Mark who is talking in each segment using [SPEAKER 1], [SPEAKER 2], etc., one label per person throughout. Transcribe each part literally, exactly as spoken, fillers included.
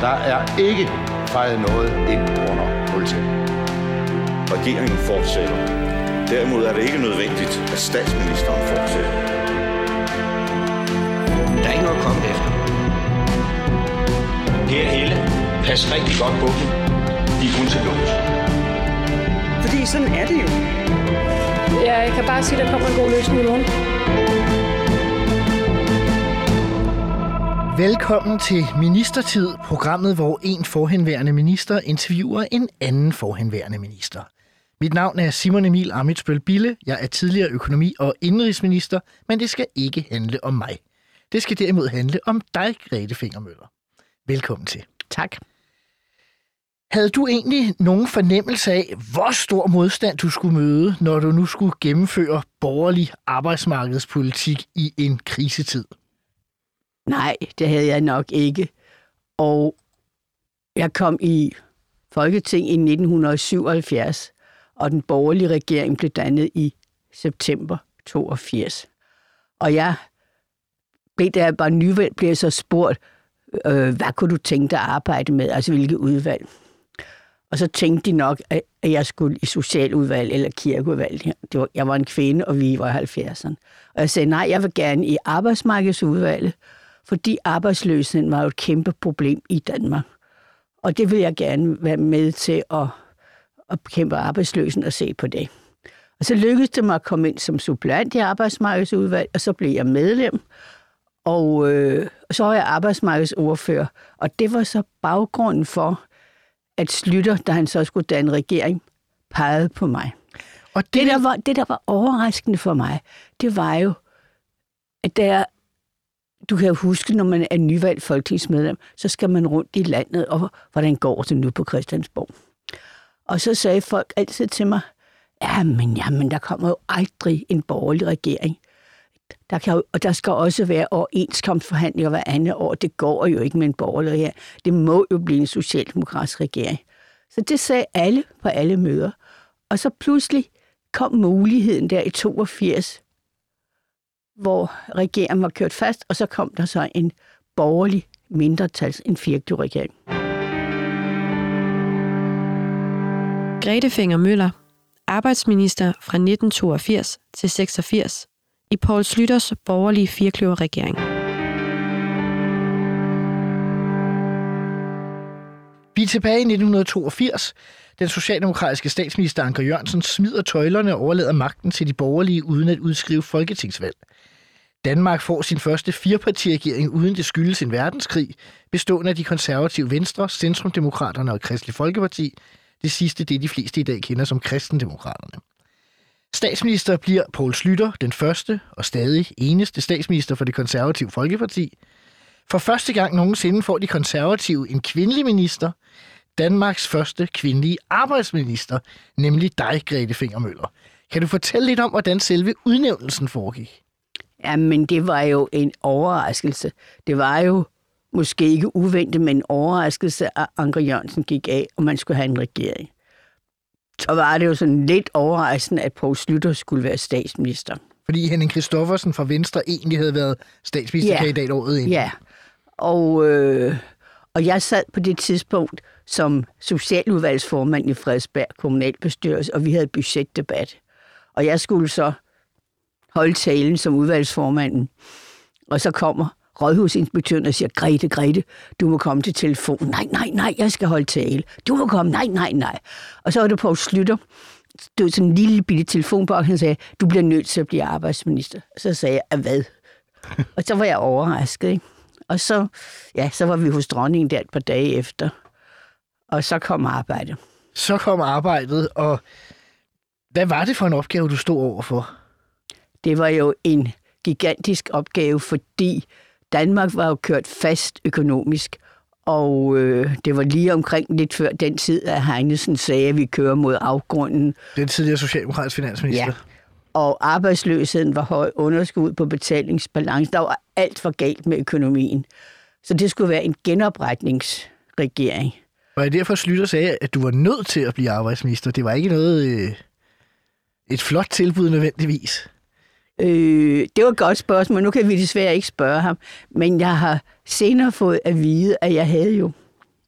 [SPEAKER 1] Der er ikke fejret noget ind under politiet.
[SPEAKER 2] Regeringen fortsætter. Derimod er det ikke nødvendigt, at statsministeren fortsætter.
[SPEAKER 3] Der er ikke noget at komme efter. Per Helle, pas rigtig godt på dem. De er kun til lås.
[SPEAKER 4] Fordi sådan er det jo.
[SPEAKER 5] Ja, jeg kan bare sige, at der kommer en god løsning i morgen.
[SPEAKER 6] Velkommen til Ministertid, programmet, hvor en forhenværende minister interviewer en anden forhenværende minister. Mit navn er Simon Emil Ammitzbøll-Bille. Jeg er tidligere økonomi- og indenrigsminister, men det skal ikke handle om mig. Det skal derimod handle om dig, Grete Finger-Møller. Velkommen til.
[SPEAKER 7] Tak.
[SPEAKER 6] Havde du egentlig nogen fornemmelse af, hvor stor modstand du skulle møde, når du nu skulle gennemføre borgerlig arbejdsmarkedspolitik i en krisetid?
[SPEAKER 7] Nej, det havde jeg nok ikke. Og jeg kom i Folketinget i nitten syvoghalvfjerds, og den borgerlige regering blev dannet i september toogfirs. Og jeg blev, da jeg bare nyvalgt, blev jeg så spurgt, øh, hvad kunne du tænke dig at arbejde med, altså hvilke udvalg? Og så tænkte de nok, at jeg skulle i socialudvalg eller kirkeudvalg. Det var, jeg var en kvinde, og vi var i halvfjerdserne. Og jeg sagde, nej, jeg vil gerne i arbejdsmarkedsudvalget, fordi arbejdsløsheden var jo et kæmpe problem i Danmark. Og det vil jeg gerne være med til at, at bekæmpe arbejdsløsheden og se på det. Og så lykkedes det mig at komme ind som suppleant i arbejdsmarkedsudvalg, og så blev jeg medlem. Og øh, så var jeg arbejdsmarkedsordfører, og det var så baggrunden for, at Schlüter, da han så skulle danne regering, pegede på mig. Og det, det, der var, det, der var overraskende for mig, det var jo, at der, du kan jo huske, når man er nyvalgt folketingsmedlem, så skal man rundt i landet, og hvordan går det nu på Christiansborg? Og så sagde folk altid til mig, jamen, jamen der kommer jo aldrig en borgerlig regering. Der kan jo, og der skal også være overenskomstforhandlinger hver andet år. Det går jo ikke med en borgerlig regering. Det må jo blive en socialdemokratisk regering. Så det sagde alle på alle møder. Og så pludselig kom muligheden der i toogfirs, hvor regeringen var kørt fast, og så kom der så en borgerlig mindretals, en firkløverregering.
[SPEAKER 8] Grete Finger-Møller, arbejdsminister fra nitten toogfirs til seksogfirs i Poul Schlüters borgerlige firkløverregering.
[SPEAKER 6] Vi er tilbage i nitten toogfirs. Den socialdemokratiske statsminister Anker Jørgensen smider tøjlerne og overlader magten til de borgerlige uden at udskrive folketingsvalg. Danmark får sin første firepartiregering uden det skyldes en verdenskrig, bestående af de konservative Venstre, Centrumdemokraterne og Kristelig Folkeparti. Det sidste, det de fleste i dag kender som Kristendemokraterne. Statsminister bliver Poul Schlüter, den første og stadig eneste statsminister for det konservative Folkeparti. For første gang nogensinde får de konservative en kvindelig minister, Danmarks første kvindelige arbejdsminister, nemlig dig, Grete Finger-Møller. Kan du fortælle lidt om, hvordan selve udnævnelsen foregik?
[SPEAKER 7] Jamen, det var jo en overraskelse. Det var jo måske ikke uventet, men en overraskelse, at Anker Jørgensen gik af, og man skulle have en regering. Så var det jo sådan lidt overraskende, at Poul Schlüter skulle være statsminister.
[SPEAKER 6] Fordi Henning Christoffersen fra Venstre egentlig havde været statsministerkandidat ja. året inden.
[SPEAKER 7] Ja, og, øh, og jeg sad på det tidspunkt som socialudvalgsformand i Frederiksberg kommunalbestyrelse, og vi havde budgetdebat. Og jeg skulle så holde talen som udvalgsformanden, og så kommer rådhusinspektøren og siger, Grete, Grete, du må komme til telefonen. Nej, nej, nej, jeg skal holde tale. Du må komme, nej, nej, nej. Og så var det Poul Schlüter, det var sådan en lille bitte telefonboks, han sagde, du bliver nødt til at blive arbejdsminister. Så sagde jeg, hvad? Og så var jeg overrasket, ikke? Og så, ja, så var vi hos dronningen der et par dage efter. Og så kom arbejdet.
[SPEAKER 6] Så kom arbejdet, og hvad var det for en opgave, du stod overfor?
[SPEAKER 7] Det var jo en gigantisk opgave, fordi Danmark var jo kørt fast økonomisk, og øh, det var lige omkring lidt før den tid, at Heinesen sagde, at vi kører mod afgrunden.
[SPEAKER 6] Den tidligere socialdemokratiske finansminister. Ja.
[SPEAKER 7] Og arbejdsløsheden var høj, underskud på betalingsbalance. Der var alt for galt med økonomien. Så det skulle være en genopretningsregering.
[SPEAKER 6] Og jeg derfor Schlüter sagde, at du var nødt til at blive arbejdsminister. Det var ikke noget øh, et flot tilbud nødvendigvis.
[SPEAKER 7] Øh, det var et godt spørgsmål, men nu kan vi desværre ikke spørge ham. Men jeg har senere fået at vide, at jeg havde jo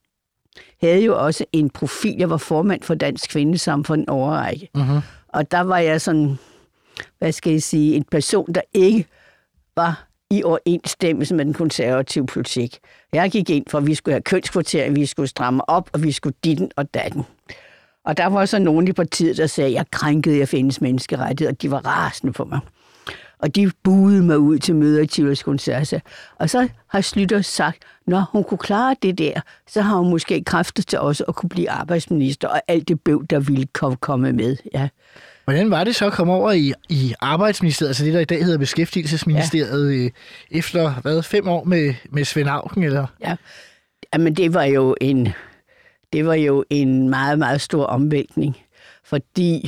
[SPEAKER 7] havde jo også en profil. Jeg var formand for Dansk Kvindesamfund en årrække. Uh-huh. Og der var jeg sådan, hvad skal jeg sige, en person, der ikke var i overensstemmelse med den konservative politik. Jeg gik ind for, at vi skulle have kønskvotering, vi skulle stramme op, og vi skulle ditten og datten. Og der var så nogen i partiet, der sagde, at jeg krænkede af fælles menneskerettigheder, og de var rasende på mig. Og de buede mig ud til møder i Tivolis Koncert. Og så har Schlüter sagt, når hun kunne klare det der, så har hun måske kræfter til også at kunne blive arbejdsminister, og alt det bøv, der ville komme med. Ja.
[SPEAKER 6] Hvordan var det så at komme over i, i arbejdsministeriet, altså det, der i dag hedder Beskæftigelsesministeriet, ja. efter hvad, fem år med, med Svend Auken? Eller?
[SPEAKER 7] Ja, men det var jo en, det var jo en meget, meget stor omvæltning, fordi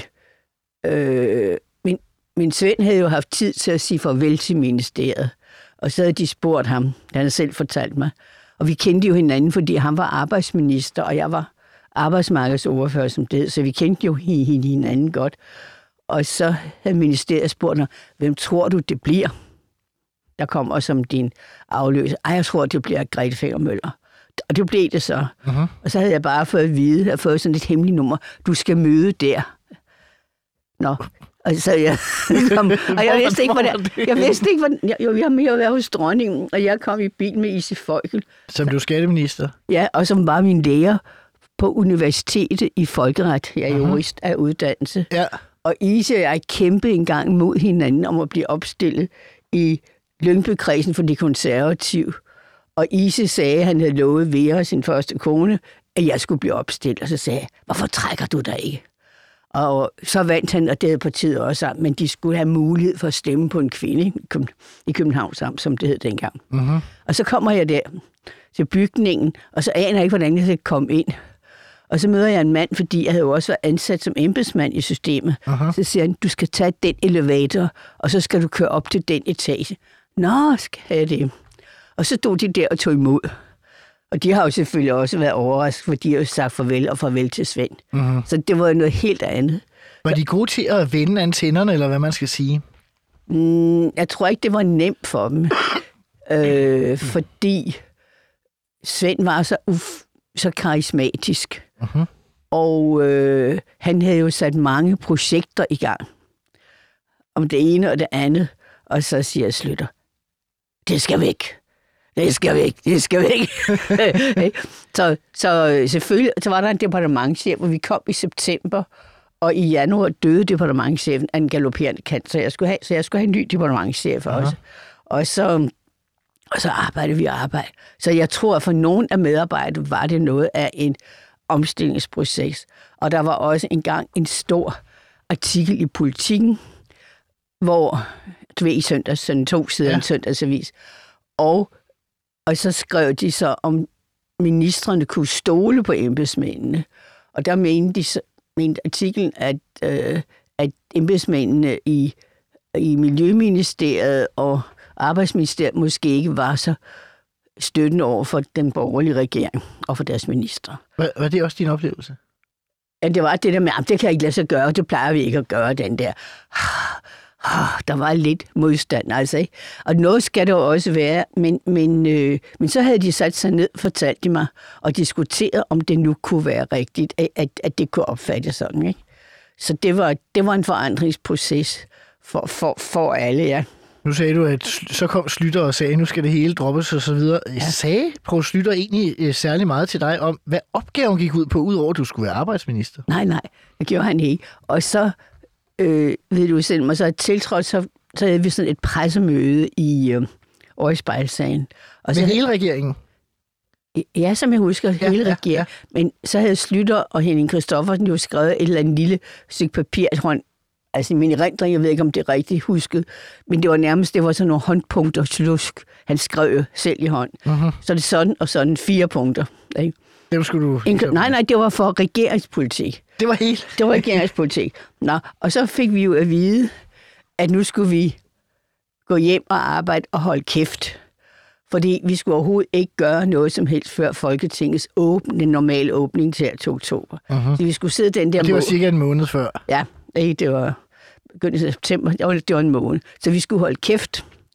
[SPEAKER 7] øh, min, min Svend havde jo haft tid til at sige farvel til ministeriet, og så havde de spurgt ham, han havde selv fortalt mig, og vi kendte jo hinanden, fordi han var arbejdsminister, og jeg var arbejdsmarkedsordfører som det, så vi kendte jo hinanden godt. Og så havde ministeriet spurgt mig, hvem tror du, det bliver? Der kommer som din afløser. Ej, jeg tror, det bliver Grete Fenger Møller. Og det blev det så. Uh-huh. Og så havde jeg bare fået at vide, jeg havde fået sådan et hemmeligt nummer, du skal møde der. Nå, og så jeg kom, og jeg vidste ikke, hvordan, jeg vidste ikke, hvordan, jeg, jo, jeg har mere været hos dronningen, og jeg kom i bil med Ise Folkel.
[SPEAKER 6] Som du skatteminister?
[SPEAKER 7] Ja, og som var min lærer på universitetet i folkeret. Jeg er uh-huh. jurist af uddannelse. Ja. Og Ise og jeg kæmpede engang mod hinanden om at blive opstillet i Lyngbykredsen for de konservative. Og Ise sagde, at han havde lovet Vera, sin første kone, at jeg skulle blive opstillet. Og så sagde jeg, hvorfor trækker du dig ikke? Og så vandt han, og det havde partiet også sammen, men de skulle have mulighed for at stemme på en kvinde i København sammen, som det hed dengang. Uh-huh. Og så kommer jeg der til bygningen, og så aner jeg ikke, hvordan jeg skal komme ind. Og så møder jeg en mand, fordi jeg havde jo også været ansat som embedsmand i systemet. Uh-huh. Så siger han, du skal tage den elevator, og så skal du køre op til den etage. Nå, skal jeg det? Og så stod de der og tog imod. Og de har jo selvfølgelig også været overrasket, for de har jo sagt farvel og farvel til Svend. Uh-huh. Så det var noget helt andet.
[SPEAKER 6] Var de gode til at vende antennerne, eller hvad man skal sige?
[SPEAKER 7] Mm, jeg tror ikke, det var nemt for dem. øh, fordi Svend var så, uf, så karismatisk. Uh-huh. Og øh, han havde jo sat mange projekter i gang. Om det ene og det andet. Og så siger jeg, Schlüter, det skal væk. Det skal væk, det skal væk. så, så selvfølgelig så var der en departementschef, hvor vi kom i september, og i januar døde departementschefen af en galopperende cancer, så jeg skulle have, så jeg skulle have en ny departementschef uh-huh. også. Og så, og så arbejdede vi og arbejdede. Så jeg tror, at for nogle af medarbejderne var det noget af en omstillingsproces. Og der var også engang en stor artikel i Politiken, hvor du ved, i søndags, sådan to sider ja. en søndagsavis, og Og så skrev de så, om ministrene kunne stole på embedsmændene. Og der mente, de, mente artiklen, at, øh, at embedsmændene i, i Miljøministeriet og Arbejdsministeriet måske ikke var så støttende over for den borgerlige regering og for deres ministre.
[SPEAKER 6] Var, var det også din oplevelse?
[SPEAKER 7] Ja, det var det der med, at det kan jeg ikke lade sig gøre, det plejer vi ikke at gøre, den der... Der var lidt modstand, altså, ikke? Og noget skal der også være, men, men, øh, men så havde de sat sig ned, fortalte de mig, og diskuteret, om det nu kunne være rigtigt, at, at det kunne opfattes sådan, ikke? Så det var, det var en forandringsproces for, for, for alle, ja.
[SPEAKER 6] Nu sagde du, at så kom Schlüter og sagde, at nu skal det hele droppes og så videre. Ja. Sagde Poul Schlüter egentlig særlig meget til dig om, hvad opgaven gik ud på, udover at du skulle være arbejdsminister?
[SPEAKER 7] Nej, nej, det gjorde han ikke. Og så... Øh, ved du selv mig, så tiltrådt, så, så havde vi sådan et pressemøde i øh, Årespejlsagen.
[SPEAKER 6] Og så med hele regeringen?
[SPEAKER 7] Ja, som jeg husker, ja, hele regeringen. Ja, ja. Men så havde Schlüter og Henning Christoffersen jo skrevet et eller andet lille stykke papir, hånd, altså min erindring, jeg ved ikke, om det er rigtigt husket, men det var nærmest, det var sådan nogle håndpunkter, slusk. Han skrev selv i hånd. Uh-huh. Så det er sådan og sådan fire punkter, ikke?
[SPEAKER 6] Dem skulle du...
[SPEAKER 7] En, nej, nej, det var for regeringspolitik.
[SPEAKER 6] Det var helt...
[SPEAKER 7] Det var regeringspolitik. Nå, og så fik vi jo at vide, at nu skulle vi gå hjem og arbejde og holde kæft. Fordi vi skulle overhovedet ikke gøre noget som helst før Folketingets åbne, den normale åbning til oktober. Uh-huh. Så vi skulle sidde den der...
[SPEAKER 6] Og det var cirka en måned før.
[SPEAKER 7] Ja, det var begyndt i september. Det var en måned. Så vi skulle holde kæft.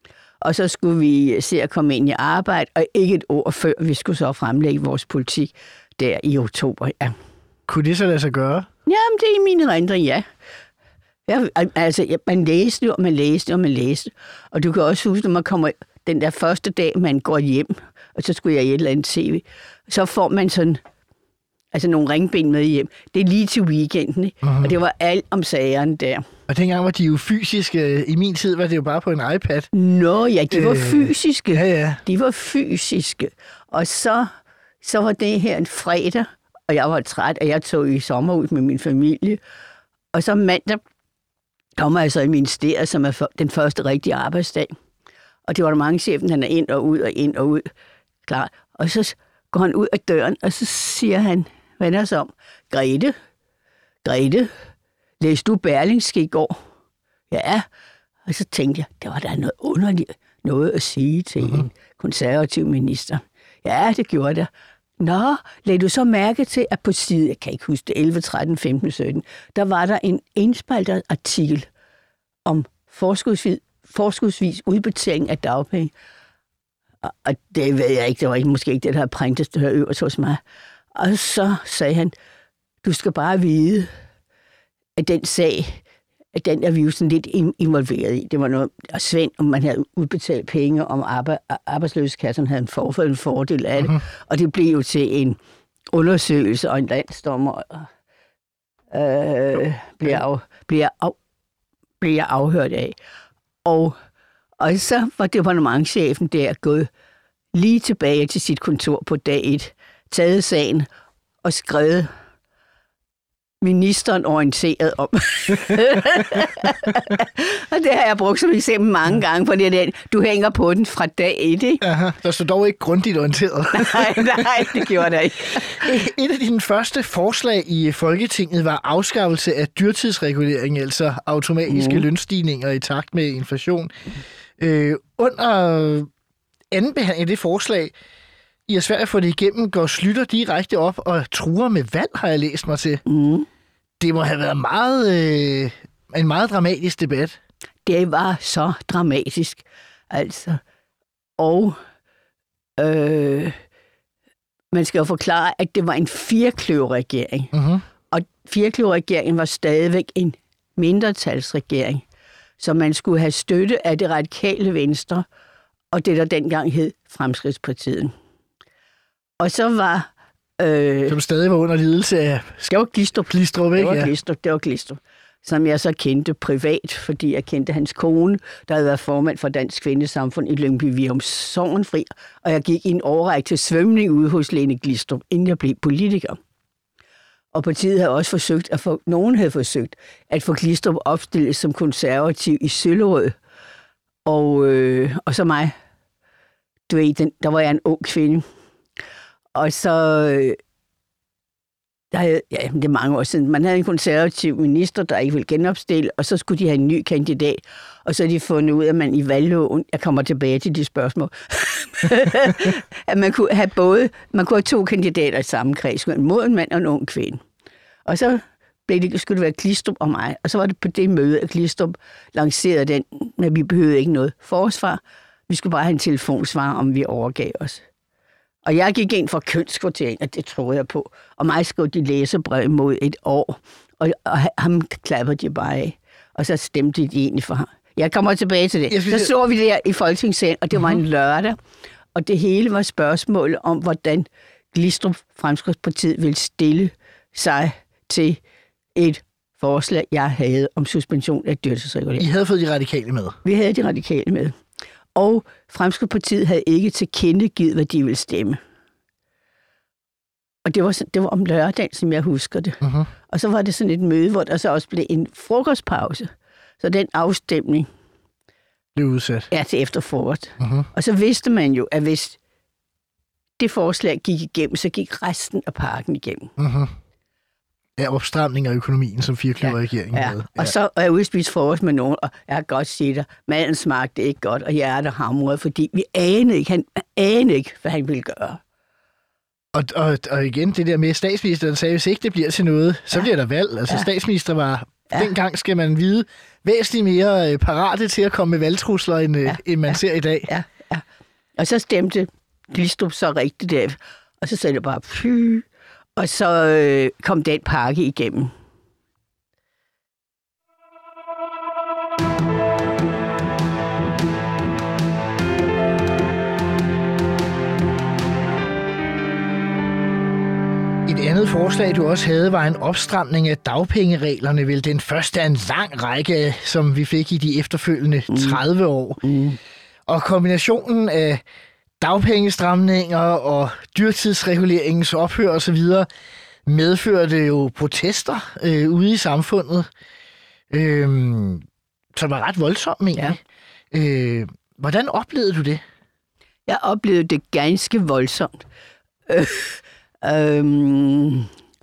[SPEAKER 7] og så skulle vi se at komme ind i arbejde, og ikke et år før vi skulle så fremlægge vores politik der i oktober. Ja.
[SPEAKER 6] Kunne det så lade sig gøre?
[SPEAKER 7] Jamen, det er i mine erindringer, ja. Jeg, altså, ja, man læste og man læste og man læste. Og du kan også huske, når man kommer den der første dag, man går hjem, og så skulle jeg i et eller andet tv, så får man sådan, altså nogle ringben med hjem. Det er lige til weekenden, ikke? Uh-huh. Og det var alt om sagerne der.
[SPEAKER 6] Og dengang var de jo fysiske. I min tid var det jo bare på en iPad.
[SPEAKER 7] Nå ja, de var øh, fysiske.
[SPEAKER 6] Ja, ja.
[SPEAKER 7] De var fysiske. Og så, så var det her en fredag, og jeg var træt, og jeg tog i sommer ud med min familie. Og så mandag kommer jeg så i ministeriet, som er den første rigtige arbejdsdag. Og det var der mange chefen, han er ind og ud og ind og ud. Klar. Og så går han ud af døren, og så siger han, vender sig om, Grete, Grete, læste du Berlingske i går? Ja. Og så tænkte jeg, det var da noget underligt noget at sige til uh-huh. en konservativ minister. Ja, det gjorde det. Nå, lagde du så mærke til, at på side, jeg kan ikke huske det, elleve, tretten, femten, sytten, der var der en indspaltet artikel om forskudsvis, forskudsvis udbetaling af dagpenge. Og det ved jeg ikke, det var ikke, måske ikke det, der havde printet, det her øverst hos mig. Og så sagde han, du skal bare vide, at den sag, at den er vi jo sådan lidt involveret i. Det var noget af Svend, om man havde udbetalt penge, om arbejdsløsekassen havde en forfald, en fordel af det. Uh-huh. Og det blev jo til en undersøgelse, og en landsdommer øh, bliver, af, bliver, af, bliver afhørt af. Og, og så var departementschefen der gået lige tilbage til sit kontor på dag et, taget sagen og skrevet ministeren orienteret om. Og det har jeg brugt som eksempel mange gange, for det er den, du hænger på den fra dag et, ikke?
[SPEAKER 6] Aha, der stod dog ikke grundigt orienteret.
[SPEAKER 7] nej, nej, det gjorde der ikke.
[SPEAKER 6] Et af dine første forslag i Folketinget var afskaffelse af dyrtidsregulering, altså automatiske mm. lønstigninger i takt med inflation. Øh, under anden behandling af det forslag, i er svært at få det igennem, går Schlüter direkte op og truer med valg, har jeg læst mig til. Mm. Det må have været meget, øh, en meget dramatisk debat.
[SPEAKER 7] Det var så dramatisk, altså. Og øh, man skal jo forklare, at det var en firekløverregering. Mm-hmm. Og firekløverregeringen var stadigvæk en mindretalsregering, så man skulle have støtte af det radikale Venstre, og det der dengang hed Fremskridtspartiet. Og så var... Øh,
[SPEAKER 6] som stadig var under lidelse af...
[SPEAKER 7] Det var Glistrup.
[SPEAKER 6] Glistrup, ikke?
[SPEAKER 7] Det var Glistrup, det var Glistrup. Som jeg så kendte privat, fordi jeg kendte hans kone, der havde været formand for Dansk Kvindesamfund i Lyngby-Virum Sorgenfri, og jeg gik i en årrække til svømning ude hos Lene Glistrup, inden jeg blev politiker. Og partiet havde også forsøgt, at få, nogen havde forsøgt, at få Glistrup opstillet som konservativ i Søllerød. Og, øh, og så mig. Du ved, den, der var jeg en ung kvinde. Og så, der havde, ja, det er mange år siden, man havde en konservativ minister, der ikke ville genopstille, og så skulle de have en ny kandidat, og så havde de fundet ud af, at man i valgloven, jeg kommer tilbage til de spørgsmål, at man kunne have både, man kunne have to kandidater i samme kreds, en moden mand og en ung kvinde. Og så blev det, skulle det være Glistrup og mig, og så var det på det møde, at Glistrup lancerede den, men vi behøvede ikke noget forsvar, vi skulle bare have en telefonsvar, om vi overgav os. Og jeg gik ind for kønskvotering, og det troede jeg på. Og mig skrev de læserbrev mod et år, og, og ham klappede de bare af. Og så stemte de egentlig for ham. Jeg kommer tilbage til det. Så så vi der i Folketingssalen, og det var en lørdag. Og det hele var spørgsmålet om, hvordan Glistrup Fremskridtspartiet ville stille sig til et forslag, jeg havde om suspension af dyrtidsregulering.
[SPEAKER 6] I havde fået de radikale med?
[SPEAKER 7] Vi havde de radikale med. Og Fremskridtspartiet havde ikke tilkendegivet, hvad de ville stemme. Og det var, det var om lørdagen, som jeg husker det. Uh-huh. Og så var det sådan et møde, hvor der så også blev en frokostpause. Så den afstemning
[SPEAKER 6] blev udsat.
[SPEAKER 7] Ja, til efter frokost. Uh-huh. Og så vidste man jo, at hvis det forslag gik igennem, så gik resten af parken igennem.
[SPEAKER 6] Uh-huh. Ja, opstramning af økonomien, som firekløverregeringen
[SPEAKER 7] ja, ja.
[SPEAKER 6] havde.
[SPEAKER 7] Ja. Og så er jeg ude at spise frokost med nogen, og jeg kan godt sige dig, maden smagte ikke godt, og hjertet hamrede, fordi vi anede ikke, han anede ikke, hvad han ville gøre.
[SPEAKER 6] Og, og, og igen, det der med, statsministeren sagde, hvis ikke det bliver til noget, så ja. bliver der valg. Altså ja. Statsminister var, ja. dengang skal man vide, væsentligt mere øh, parate til at komme med valgtrusler, end, øh, ja, end man ja, ser i dag.
[SPEAKER 7] Ja, ja. Og så stemte Glistrup så rigtigt der, og så sagde det bare fy, og så øh, kom den pakke igennem.
[SPEAKER 6] Et andet forslag, du også havde, var en opstramning af dagpengereglerne, vel den første af en lang række, som vi fik i de efterfølgende tredive år. Mm. Og kombinationen af dagpengestramninger og dyrtidsreguleringens ophør osv. medførte jo protester øh, ude i samfundet, øh, som var ret voldsomt, egentlig. Ja. Øh, hvordan oplevede du det?
[SPEAKER 7] Jeg oplevede det ganske voldsomt. Øh, øhm,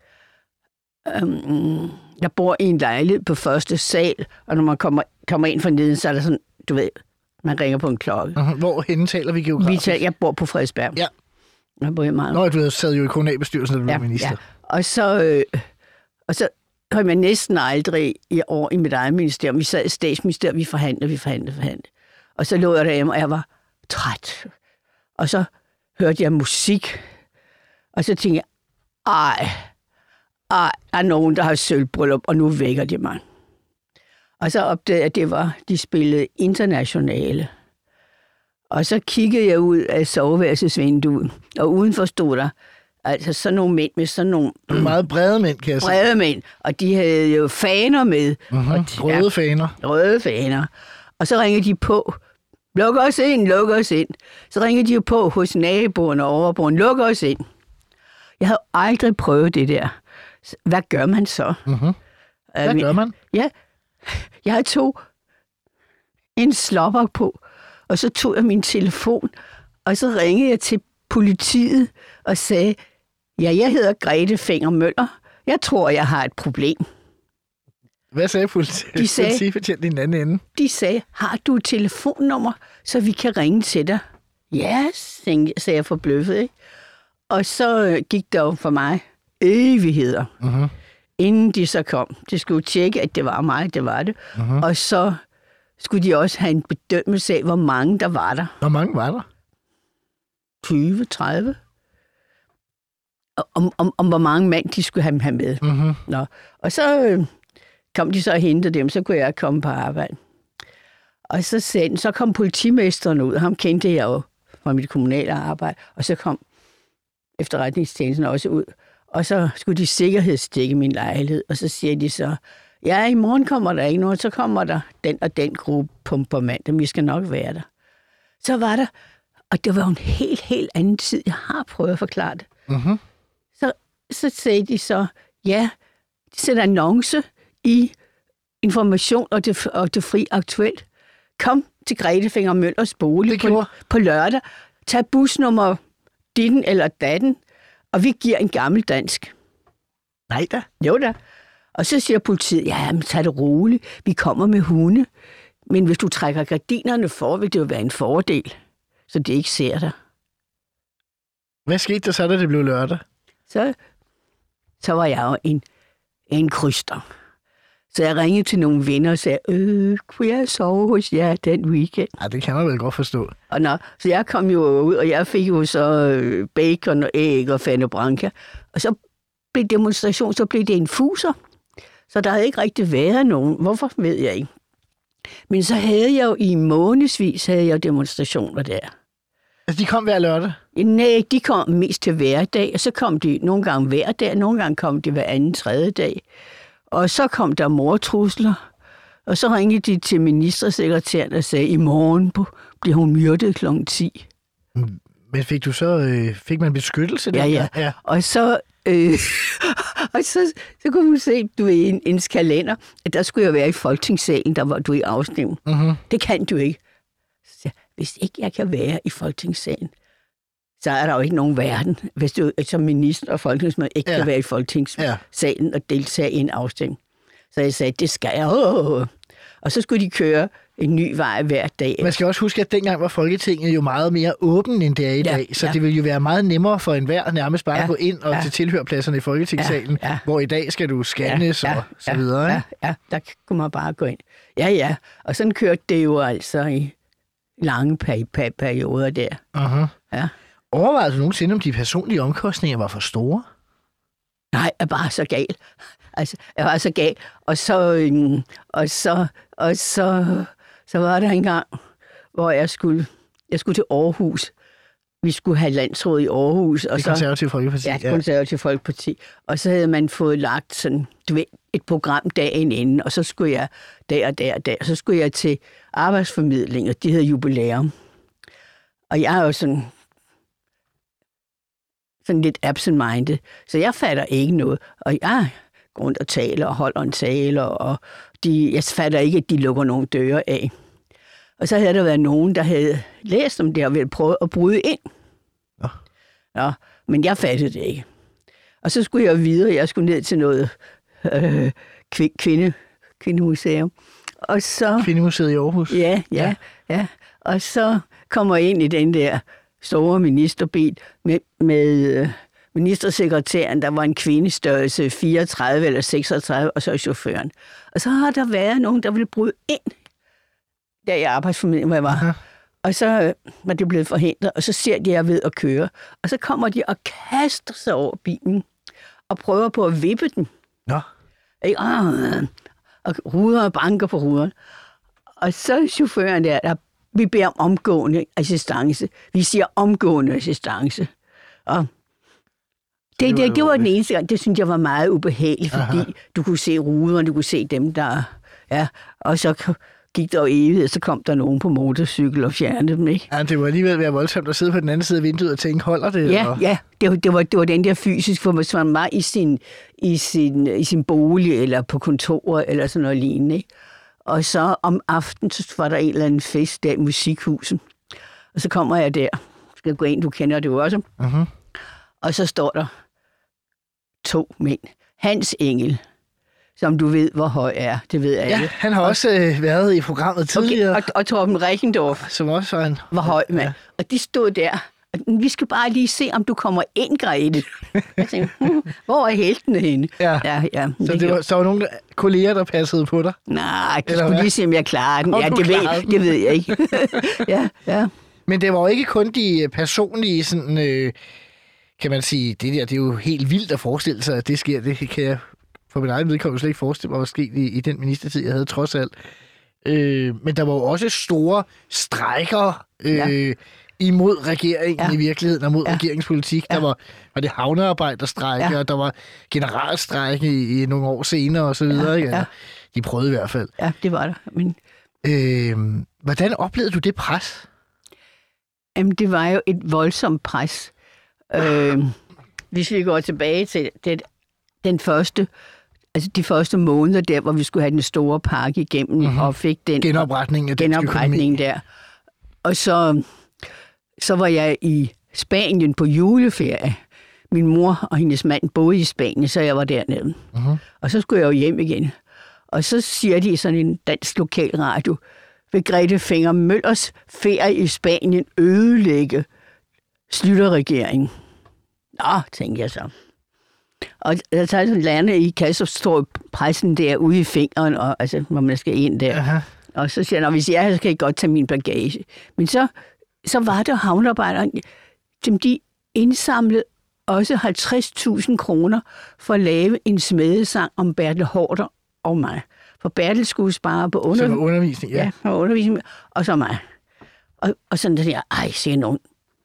[SPEAKER 7] øhm, jeg bor i en lejlighed på første sal, og når man kommer, kommer ind fra neden, så er der sådan, du ved, man ringer på en klokke. Uh-huh.
[SPEAKER 6] Hvor henne taler vi geografisk? Vi taler,
[SPEAKER 7] jeg bor på Frederiksberg.
[SPEAKER 6] Ja.
[SPEAKER 7] Jeg bor meget.
[SPEAKER 6] Nå, du sad jo i kommunalbestyrelsen, da du
[SPEAKER 7] ja,
[SPEAKER 6] var minister.
[SPEAKER 7] Ja. Og så, øh, og så kom jeg næsten aldrig i år i mit eget ministerium. Vi sad i statsministeriet, vi forhandlede, vi forhandlede, forhandlede. Og så lå jeg derhjemme, og jeg var træt. Og så hørte jeg musik, og så tænkte jeg, ej, ej, der er nogen, der har sølvbryllup, og nu vækker de mig. Og så opdagede jeg, at det var, de spillede Internationale. Og så kiggede jeg ud af soveværelsesvinduet, og udenfor stod der altså sådan nogle mænd med sådan nogle...
[SPEAKER 6] Meget brede mænd, kan jeg sige.
[SPEAKER 7] Brede mænd, og de havde jo faner med.
[SPEAKER 6] Uh-huh.
[SPEAKER 7] Og
[SPEAKER 6] de, røde ja, faner.
[SPEAKER 7] Røde faner. Og så ringede de på. Luk os ind, luk os ind. Så ringede de jo på hos naboerne og overboerne. Luk os ind. Jeg havde aldrig prøvet det der. Hvad gør man så?
[SPEAKER 6] Uh-huh. Hvad uh, gør man?
[SPEAKER 7] Ja, jeg tog en slopper på, og så tog jeg min telefon, og så ringede jeg til politiet og sagde, ja, jeg hedder Grete Fenger Møller. Jeg tror, jeg har et problem.
[SPEAKER 6] Hvad sagde politibetjenten i den anden ende?
[SPEAKER 7] De sagde, har du et telefonnummer, så vi kan ringe til dig? Ja, sagde jeg forbløffet, ikke? Og så gik der jo for mig evigheder, uh-huh. inden de så kom. De skulle tjekke, at det var mig, det var det. Uh-huh. Og så skulle de også have en bedømmelse af, hvor mange der var der.
[SPEAKER 6] Hvor mange var der?
[SPEAKER 7] tyve, tredive. Om, om, om hvor mange mand de skulle have, have med. Uh-huh. Nå. Og så øh, kom de så og hentede dem, så kunne jeg komme på arbejde. Og så, sagde, så kom politimesteren ud, ham kendte jeg jo fra mit kommunale arbejde, og så kom efterretningstjenesten også ud, og så skulle de sikkerhedsstikke min lejlighed, og så siger de så, ja, i morgen kommer der ikke noget, så kommer der den og den gruppe på, på mandag, vi skal nok være der. Så var der, og det var jo en helt, helt anden tid, jeg har prøvet at forklare det. Uh-huh. Så, så sagde de så, ja, de sætter annonce i Information og det, og det Fri Aktuelt. Kom til Grete Fenger Møllers bolig på, på lørdag, tag busnummer ditten eller datten, og vi giver en gammel dansk.
[SPEAKER 6] Nej da.
[SPEAKER 7] Jo da. Og så siger politiet, ja, men tag det roligt, vi kommer med hunde, men hvis du trækker gardinerne for, vil det jo være en fordel, så det ikke ser dig.
[SPEAKER 6] Hvad skete der så, da det blev lørdag?
[SPEAKER 7] Så, så var jeg jo en, en kryster. Så jeg ringede til nogle venner og sagde, øh, kunne jeg sove hos jer den weekend?
[SPEAKER 6] Ja, det kan man vel godt forstå.
[SPEAKER 7] Og nå, så jeg kom jo ud, og jeg fik jo så bacon og æg og Fanny Branca. Og så blev demonstration, så blev det en fuser. Så der havde ikke rigtig været nogen. Hvorfor, ved jeg ikke. Men så havde jeg jo i månedsvis havde jeg demonstrationer der.
[SPEAKER 6] Altså, de kom hver lørdag?
[SPEAKER 7] Nej, de kom mest til hver dag, og så kom de nogle gange hver dag, nogle gange kom de hver anden tredje dag. Og så kom der mordtrusler, og så ringede de til ministersekretæren og sagde, i morgen bliver hun myrdet klokken ti.
[SPEAKER 6] Men fik du så, øh, fik man beskyttelse der?
[SPEAKER 7] Ja, ja. ja. Og så, øh, og så, så kunne man se, du i en, en kalender, at der skulle jeg være i Folketingssalen, der var du i afstemning. Uh-huh. Det kan du ikke. Så, hvis ikke jeg kan være i Folketingssalen, så er der jo ikke nogen verden, hvis du som minister og folketingsmedlem ikke ja. kan være i Folketingssalen ja. og deltage i en afstemning. Så jeg sagde, det skal jeg. Og så skulle de køre en ny vej hver dag.
[SPEAKER 6] Man skal også huske, at dengang var Folketinget jo meget mere åben, end det er i dag, ja, så ja. det vil jo være meget nemmere for enhver nærmest bare ja, at gå ind og ja. til tilhørpladserne i Folketingssalen, ja, ja. hvor i dag skal du scannes ja, ja, og så videre.
[SPEAKER 7] Ja,
[SPEAKER 6] ikke?
[SPEAKER 7] ja, der kunne man bare gå ind. Ja, ja, og sådan kørte det jo altså i lange peri- perioder der.
[SPEAKER 6] Uh-huh.
[SPEAKER 7] Ja.
[SPEAKER 6] Overvejede du nogensinde, om de personlige omkostninger var for store?
[SPEAKER 7] Nej, jeg er bare så gal. Altså, jeg var så gal. Og så, øhm, og så, og så, så var der en gang, hvor jeg skulle, jeg skulle til Aarhus. Vi skulle have landsråd i Aarhus. Og
[SPEAKER 6] det
[SPEAKER 7] så,
[SPEAKER 6] konservative Folkeparti.
[SPEAKER 7] Ja, det konservative Folkeparti. Og så havde man fået lagt sådan, du ved, et program dagen inden, og så skulle jeg der og der og der. Og så skulle jeg til arbejdsformidling, og de hedder jubilæum. Og jeg er jo sådan... sådan lidt absent-minded, så jeg fatter ikke noget. Og jeg går rundt og taler og holder en tale, og de, jeg fatter ikke, at de lukker nogle døre af. Og så havde der været nogen, der havde læst om det og ville prøve at bryde ind. Ja. Ja, men jeg fattede det ikke. Og så skulle jeg videre, jeg skulle ned til noget øh, kvinde, kvindemuseum. Og så,
[SPEAKER 6] Kvindemuseet i Aarhus?
[SPEAKER 7] Ja, ja, ja, ja. Og så kommer jeg ind i den der store ministerbil med, med ministersekretæren, der var en kvindestørrelse fireogtredive eller seksogtredive, og så chaufføren. Og så har der været nogen, der ville bryde ind, der i arbejdsformidlingen, hvor jeg var. Aha. Og så var det blevet forhindret, og så ser de, jeg ved at køre. Og så kommer de og kaster sig over bilen, og prøver på at vippe den.
[SPEAKER 6] Nå.
[SPEAKER 7] Og ruder og banker på ruderen. Og så chaufføren der, der vi beder om omgående assistance. Vi siger omgående assistance. Og det, det, det var den eneste gang, det synes jeg var meget ubehageligt, fordi Aha. du kunne se ruderne, du kunne se dem, der... Ja, og så gik der jo evighed, så kom der nogen på motorcykel og fjernede dem, ikke?
[SPEAKER 6] Ja, det var alligevel være voldsomt at sidde på den anden side af vinduet og tænke, holder det?
[SPEAKER 7] Ja,
[SPEAKER 6] og...
[SPEAKER 7] ja, det var, det, var, det var den der fysisk, for hvis man var i sin, i, sin, i sin bolig eller på kontoret eller sådan noget lignende, ikke? Og så om aftenen, så var der en eller anden fest der i musikhuset. Og så kommer jeg der. Skal gå ind, du kender det jo også.
[SPEAKER 6] Uh-huh.
[SPEAKER 7] Og så står der to mænd. Hans Engel, som du ved, hvor høj er. Det ved jeg
[SPEAKER 6] ja,
[SPEAKER 7] ikke.
[SPEAKER 6] han har også øh, været i programmet tidligere.
[SPEAKER 7] Okay, og, og Torben Reichendorff.
[SPEAKER 6] Som også var en...
[SPEAKER 7] Hvor høj mand. Ja. Og de stod der. Vi skal bare lige se, om du kommer ind, Grete. Jeg tænkte, hm, hvor er heltene henne?
[SPEAKER 6] Ja.
[SPEAKER 7] Ja, ja,
[SPEAKER 6] så det var, så var nogle kolleger, der passede på dig?
[SPEAKER 7] Nej, jeg skulle lige se, om jeg klarer den.
[SPEAKER 6] Om
[SPEAKER 7] ja, det ved,
[SPEAKER 6] den.
[SPEAKER 7] det ved jeg ikke. ja, ja.
[SPEAKER 6] Men det var jo ikke kun de personlige, sådan, øh, kan man sige, det der, det er jo helt vildt at forestille sig, at det sker. Det kan jeg for min egen vedkommende slet ikke forestille mig, hvad sket i, i den ministertid, jeg havde trods alt. Øh, men der var jo også store strejker, øh, ja. imod regeringen ja. i virkeligheden, og mod ja. regeringspolitik. Ja. Der var, var det havnearbejderstrejke, ja. og der var generalstrejke i, i nogle år senere, og så videre. Ja. Ja. De prøvede i hvert fald.
[SPEAKER 7] Ja, det var der. Men...
[SPEAKER 6] Øh, hvordan oplevede du det pres?
[SPEAKER 7] Jamen, det var jo et voldsomt pres. Øh, hvis vi går tilbage til det, den første, altså de første måneder der, hvor vi skulle have den store pakke igennem, mm-hmm. og fik den
[SPEAKER 6] genopretning af
[SPEAKER 7] genopretning der. Og så... Så var jeg i Spanien på juleferie. Min mor og hendes mand boede i Spanien, så jeg var dernede. Uh-huh. Og så skulle jeg jo hjem igen. Og så siger de i sådan en dansk lokalradio, vil Grete Fenger Møllers ferie i Spanien ødelægge Schlüter-regeringen? Nå, tænkte jeg så. Og der tager sådan lærerne i kasse, så står pressen der ude i fingeren, og, altså, hvor man skal ind der. Uh-huh. Og så siger jeg, hvis jeg er her, så kan I godt tage min bagage. Men så... Så var der havnearbejdere, som de indsamlede også halvtreds tusind kroner for at lave en smedesang om Bertel Haarder og mig. For Bertel skulle spare på under...
[SPEAKER 6] undervisning. Ja,
[SPEAKER 7] ja undervisning, og så mig. Og, og sådan der siger jeg, ej, se nogen.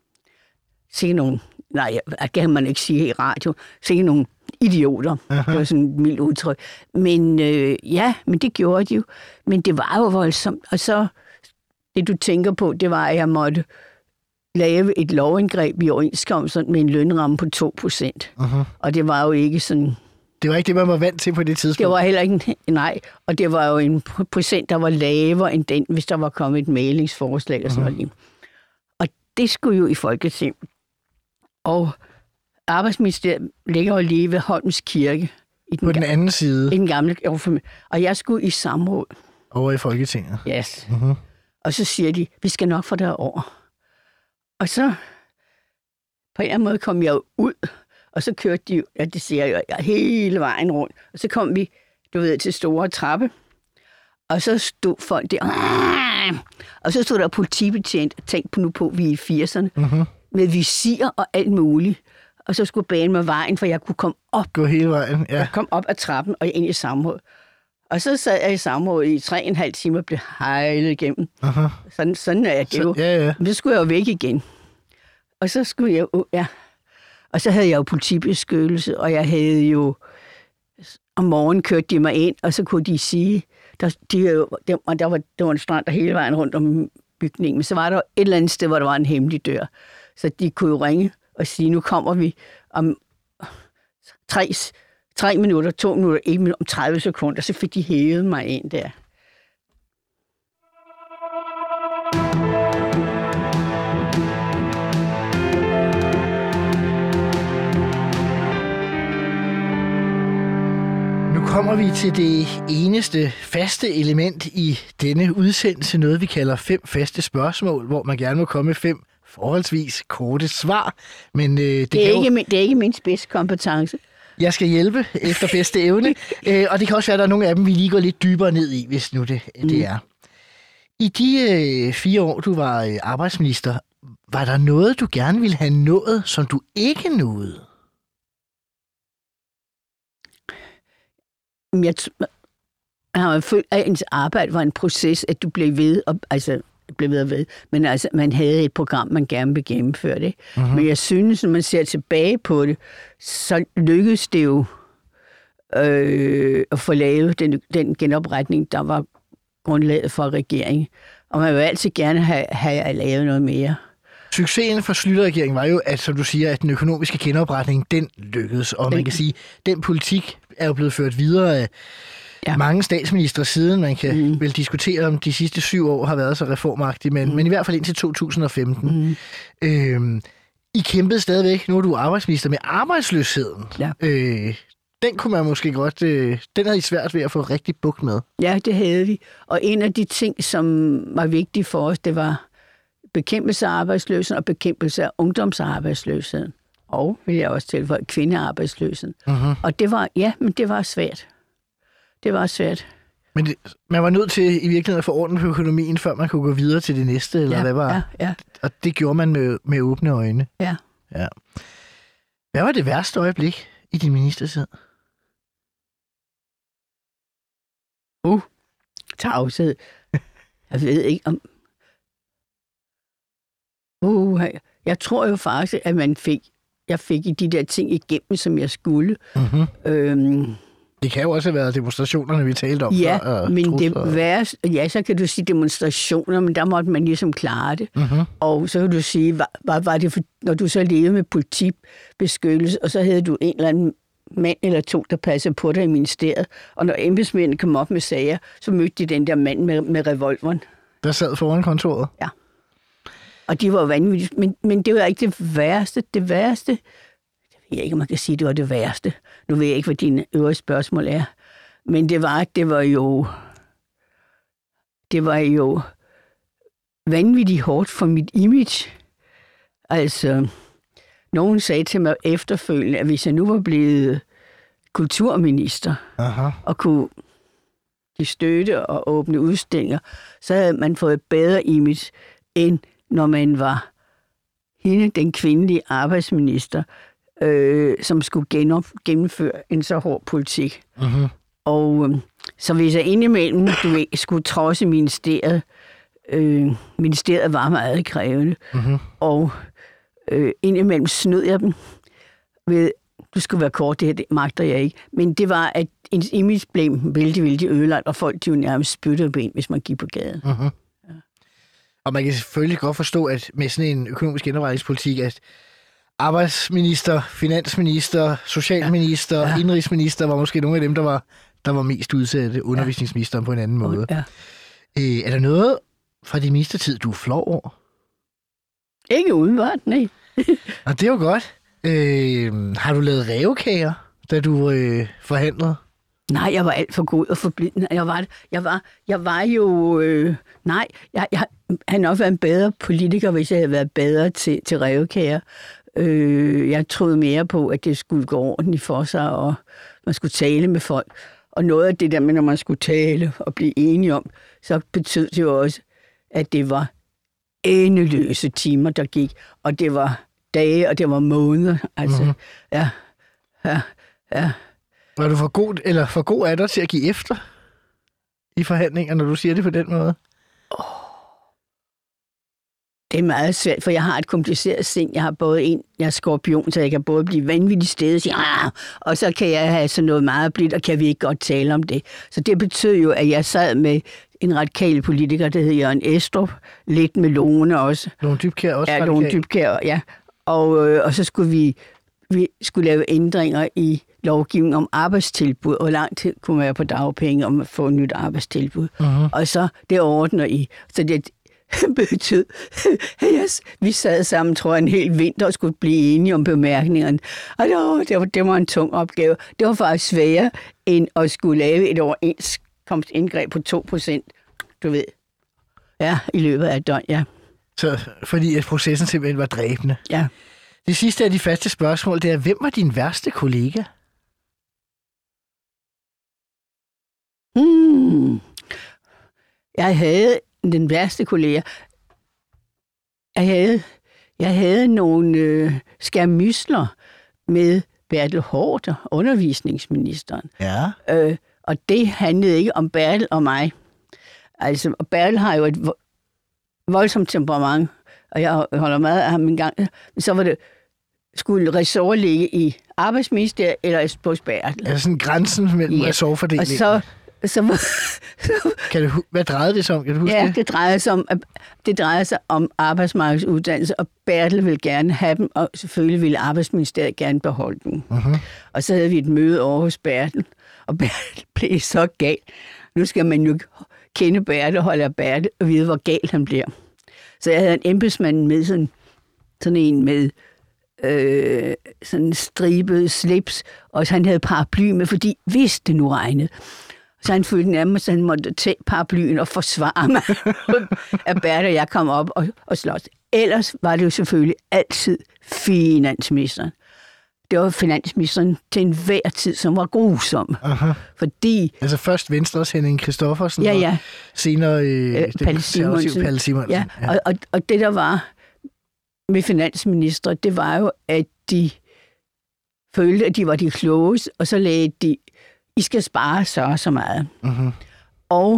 [SPEAKER 7] Se nogen. Nej, det kan man ikke sige i radio. Se nogen idioter. Aha. Det var sådan et mildt udtryk. Men øh, ja, men det gjorde de jo. Men det var jo voldsomt. Og så... Det, du tænker på, det var, at jeg måtte lave et lovindgreb i overenskomsten med en lønramme på to procent. Uh-huh. Og det var jo ikke sådan...
[SPEAKER 6] Det var ikke det, man var vant til på det tidspunkt?
[SPEAKER 7] Det var heller ikke... Nej, og det var jo en procent, der var lavere end den, hvis der var kommet et mailingsforslag og sådan uh-huh. noget. Og det skulle jo i Folketinget. Og Arbejdsministeriet ligger jo lige ved Holmens Kirke. I den
[SPEAKER 6] på den anden side?
[SPEAKER 7] I den gamle... Og jeg skulle i samråd.
[SPEAKER 6] Over i Folketinget.
[SPEAKER 7] Yes.
[SPEAKER 6] Mm-hmm.
[SPEAKER 7] Og så siger de, vi skal nok få det over. Og så på en eller anden måde kom jeg ud, og så kørte de, ja, det siger jeg, hele vejen rundt. Og så kom vi, du ved, til store trappe, og så stod folk der, og så stod der politibetjent, tænk på nu på, vi er i firserne, mm-hmm. med visir og alt muligt. Og så skulle bane mig vejen, for jeg kunne komme op.
[SPEAKER 6] Gå hele vejen, ja.
[SPEAKER 7] Jeg kom op ad trappen og ind i samråd. Og så sad jeg i samråd i tre og en halv time og blev hejlet igennem. Uh-huh. Sådan, sådan er det
[SPEAKER 6] så,
[SPEAKER 7] jo.
[SPEAKER 6] Ja, ja.
[SPEAKER 7] Men så skulle jeg jo væk igen. Og så skulle jeg jo, ja. Og så havde jeg jo politibeskyttelse, og jeg havde jo, om morgenen kørte de mig ind, og så kunne de sige, der, de, der, der var demonstranter hele vejen rundt om bygningen, men så var der et eller andet sted, hvor der var en hemmelig dør. Så de kunne jo ringe og sige, nu kommer vi om tre, tre minutter, to minutter, et minut, om tredive sekunder, så fik de hævet mig ind der.
[SPEAKER 6] Nu kommer vi til det eneste faste element i denne udsendelse, noget vi kalder fem faste spørgsmål, hvor man gerne må komme med fem forholdsvis korte svar. Men, øh, det,
[SPEAKER 7] det, er
[SPEAKER 6] jo...
[SPEAKER 7] ikke min, det er ikke min spidskompetence.
[SPEAKER 6] Jeg skal hjælpe efter bedste evne, øh, og det kan også være, at der er nogle af dem, vi lige går lidt dybere ned i, hvis nu det, mm. det er. I de øh, fire år, du var øh, arbejdsminister, var der noget, du gerne ville have nået, som du ikke nåede?
[SPEAKER 7] Jeg, t- jeg har følt, at ens arbejde var en proces, at du blev ved, og, altså blev ved og ved, men altså, man havde et program, man gerne ville gennemføre det. Uh-huh. Men jeg synes, når man ser tilbage på det, så lykkedes det jo øh, at få lavet den, den genopretning, der var grundlaget for regeringen. Og man vil altid gerne have, have lavet noget mere.
[SPEAKER 6] Succesen for Schlüter-regeringen var jo, at, som du siger, at den økonomiske genopretning, den lykkedes. Og den, man kan sige, den politik er jo blevet ført videre af ja. mange statsministre siden. Man kan mm. vel diskutere, om de sidste syv år har været så reformagtige, men, mm. men i hvert fald indtil to tusind og femten. Mm. Øhm, I kæmpede stadigvæk, nu er du arbejdsminister, med arbejdsløsheden. Ja. Øh, den kunne man måske godt, øh, den havde I svært ved at få rigtig bugt med. Ja, det havde vi. Og en af de ting, som var vigtige for os, det var bekæmpelse af arbejdsløsheden og bekæmpelse af ungdomsarbejdsløsheden. Og, vil jeg også tilføje, kvindearbejdsløsheden. Uh-huh. Og det var, ja, men det var svært. Det var svært. Men det, man var nødt til i virkeligheden at få orden på økonomien, før man kunne gå videre til det næste, eller ja, hvad var? Ja, ja. Og det gjorde man med, med åbne øjne. Ja. ja. Hvad var det værste øjeblik i din ministertid? Uh, tavshed. Jeg ved ikke om... Uh, jeg tror jo faktisk, at man fik, jeg fik i de der ting igennem, som jeg skulle. Mm-hmm. Øhm, det kan jo også have været demonstrationerne, vi talte om. Ja, før, men trusler. Det værste, ja, så kan du sige demonstrationer, men der måtte man ligesom klare det. Mm-hmm. Og så kan du sige, hvad var, var det for, når du så levede med politibeskyttelse, og så havde du en eller anden mand eller to, der passede på dig i ministeriet, og når embedsmændene kom op med sager, så mødte de den der mand med, med revolveren. Der sad foran kontoret? Ja. Og de var vanvittigt, men, men det var ikke det værste. Det værste, jeg ved ikke, om man kan sige, det var det værste. Nu ved jeg ikke, hvad dine øvrige spørgsmål er. Men det var, det var jo, det var jo vanvittigt hårdt for mit image. Altså, nogen sagde til mig efterfølgende, at hvis jeg nu var blevet kulturminister, aha, og kunne give støtte og åbne udstillinger, så havde man fået et bedre image, end når man var hende, den kvindelige arbejdsminister, øh, som skulle genop, gennemføre en så hård politik. Uh-huh. Og øh, så hvis jeg indimellem du ved, skulle trodse ministeriet, øh, ministeriet var meget krævende, uh-huh, og øh, indimellem snød jeg dem ved, du skulle være kort, det her det magter jeg ikke, men det var, at ens image blev vældig, vældig ødelagt, og folk de jo nærmest spyttede på en, hvis man gik på gaden. Uh-huh. Og man kan selvfølgelig godt forstå, at med sådan en økonomisk genopretningspolitik, at arbejdsminister, finansminister, socialminister, ja. Ja. Indrigsminister var måske nogle af dem, der var, der var mest udsatte, undervisningsministeren ja. På en anden måde. Ja. Øh, er der noget fra din ministertid, du er flov over? Ikke udenbart, nej. Og det er jo godt. Øh, har du lavet rævekager, da du øh, forhandlede?
[SPEAKER 7] Nej, jeg var alt for god og forblinden. Jeg var, jeg var, jeg var jo... Øh, nej, jeg, jeg havde nok været en bedre politiker, hvis jeg havde været bedre til, til rævekager. Øh, jeg troede mere på, at det skulle gå ordentligt for sig, og man skulle tale med folk. Og noget af det der med, når man skulle tale og blive enige om, så betød det jo også, at det var endeløse timer, der gik. Og det var dage, og det var måneder. Altså, mm-hmm. ja, ja, ja.
[SPEAKER 6] Var du for god, eller for god af dig til at give efter i forhandlinger, når du siger det på den måde?
[SPEAKER 7] Oh. Det er meget svært, for jeg har et kompliceret sind. Jeg har både en, jeg er skorpion, så jeg kan både blive vanvittigt stedet og sige, ah! Og så kan jeg have sådan noget meget blidt, og kan vi ikke godt tale om det. Så det betød jo, at jeg sad med en radikal politiker, der hed Jørgen Estrup, lidt med Lone også.
[SPEAKER 6] Lone Dybkjær også.
[SPEAKER 7] Ja, Lone Dybkjær, ja. Og, øh, og så skulle vi, vi skulle lave ændringer i lovgivning om arbejdstilbud, og hvor lang tid kunne man være på dagpenge om at få et nyt arbejdstilbud. Uh-huh. Og så det ordner I. Så det betød, yes, vi sad sammen, tror jeg, en hel vinter og skulle blive enige om bemærkningerne. Og det var, det var, det var en tung opgave. Det var faktisk sværere, end at skulle lave et overenskomstindgreb på to procent, du ved. Ja, i løbet af et døgn, ja.
[SPEAKER 6] Så fordi at processen simpelthen var dræbende.
[SPEAKER 7] Ja.
[SPEAKER 6] Det sidste af de faste spørgsmål, det er, hvem var din værste kollega?
[SPEAKER 7] Hmm. Jeg havde den værste kollega. Jeg havde, jeg havde nogle øh, skærmysler med Bertel Haarder, undervisningsministeren.
[SPEAKER 6] Ja.
[SPEAKER 7] Øh, og det handlede ikke om Bertel og mig. Altså, og Bertel har jo et voldsomt temperament, og jeg holder meget af ham en gang. Så var det, skulle ressort ligge i arbejdsministeriet eller på Bertel.
[SPEAKER 6] Altså sådan grænsen mellem ja. ressortfordelingen.
[SPEAKER 7] Og så Så, så,
[SPEAKER 6] kan du, hvad drejede det sig om? Kan du huske
[SPEAKER 7] ja,
[SPEAKER 6] det?
[SPEAKER 7] det drejer sig om, det drejer sig om arbejdsmarkedsuddannelse, og Bertel ville gerne have dem, og selvfølgelig ville Arbejdsministeriet gerne beholde dem. Uh-huh. Og så havde vi et møde over hos Bertel, og Bertel blev så gal. Nu skal man jo kende Bertel og holde af Bertel og vide, hvor gal han bliver. Så jeg havde en embedsmand med, sådan, sådan en med øh, sådan stribet slips, og han havde paraply med, fordi hvis det nu regnede, så han følte nærmest, at han måtte tage paraplyen og forsvare mig, at Bertel og jeg kom op og, og slås. Ellers var det jo selvfølgelig altid finansministeren. Det var finansministeren til enhver tid, som var grusom. Aha. Fordi...
[SPEAKER 6] Altså først Venstres Henning Christoffersen,
[SPEAKER 7] ja, ja.
[SPEAKER 6] og senere øh, øh,
[SPEAKER 7] Palle Simonsen.
[SPEAKER 6] Palle Simonsen.
[SPEAKER 7] Ja, ja. Og, og, og det, der var med finansminister, det var jo, at de følte, at de var de klogeste, og så lagde de, I skal spare så så meget. Uh-huh. Og,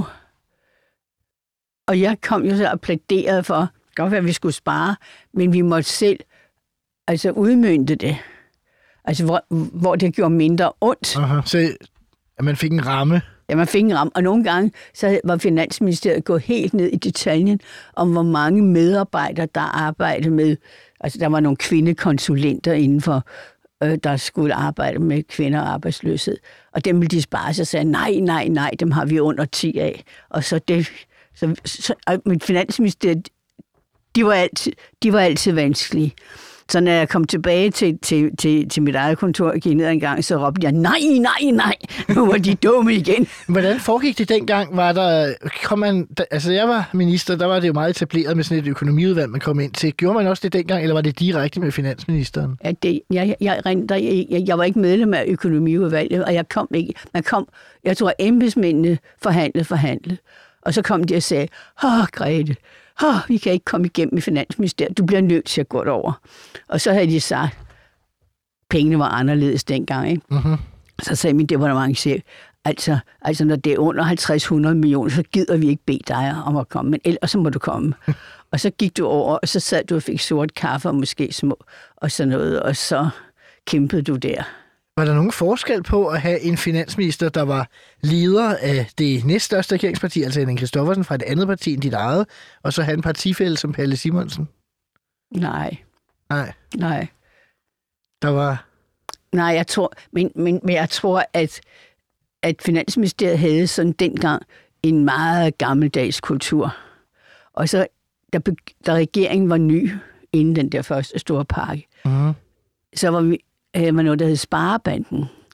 [SPEAKER 7] og jeg kom jo så og plæderede for, godt at vi skulle spare, men vi måtte selv altså udmønte det. Altså, hvor, hvor det gjorde mindre ondt.
[SPEAKER 6] Uh-huh. Så at man fik en ramme?
[SPEAKER 7] Ja, man fik en ramme. Og nogle gange så var Finansministeriet gået helt ned i detaljen om, hvor mange medarbejdere, der arbejdede med. Altså, der var nogle kvindekonsulenter indenfor, øh, der skulle arbejde med kvinder og arbejdsløshed. Og dem ville de spare sig og sagde, nej, nej, nej, dem har vi under ti af. Og så det... Så, så, men Finansministeriet, de var altid, de var altid vanskelige. Så når jeg kom tilbage til, til, til, til mit eget kontor og gik ned en gang, så råbte jeg, nej, nej, nej, nu var de dumme igen.
[SPEAKER 6] Hvordan foregik det dengang? Var der, kom man, altså jeg var minister, der var det jo meget etableret med sådan et økonomiudvalg, man kom ind til. Gjorde man også det dengang, eller var det direkte med finansministeren?
[SPEAKER 7] Ja, det, jeg, jeg, jeg, jeg, jeg var ikke medlem af økonomiudvalget, og jeg kom ikke. Man kom, jeg tror, embedsmændene forhandlede, forhandlede. Og så kom de og sagde, åh, Grete, oh, vi kan ikke komme igennem i Finansministeriet, du bliver nødt til at gå derover. Og så havde de sagt, pengene var anderledes dengang, ikke? Uh-huh. Så sagde min departementschef, altså, altså når det er under halvtreds hundrede millioner, så gider vi ikke bede dig om at komme, men ellers så må du komme. Og så gik du over, og så sad du og fik sort kaffe og måske små og sådan noget, og så kæmpede du der.
[SPEAKER 6] Var der nogen forskel på at have en finansminister, der var leder af det næststørste regeringsparti, altså Henning Christoffersen fra et andet parti end dit eget, og så have en partifælle som Palle Simonsen?
[SPEAKER 7] Nej.
[SPEAKER 6] Nej.
[SPEAKER 7] Nej.
[SPEAKER 6] Der var...
[SPEAKER 7] Nej, jeg tror, men, men, men jeg tror, at, at Finansministeriet havde sådan dengang en meget gammeldags kultur. Og så, da, da regeringen var ny, inden den der første store pakke, uh-huh. så var vi, havde man noget, der hed Sparebanden.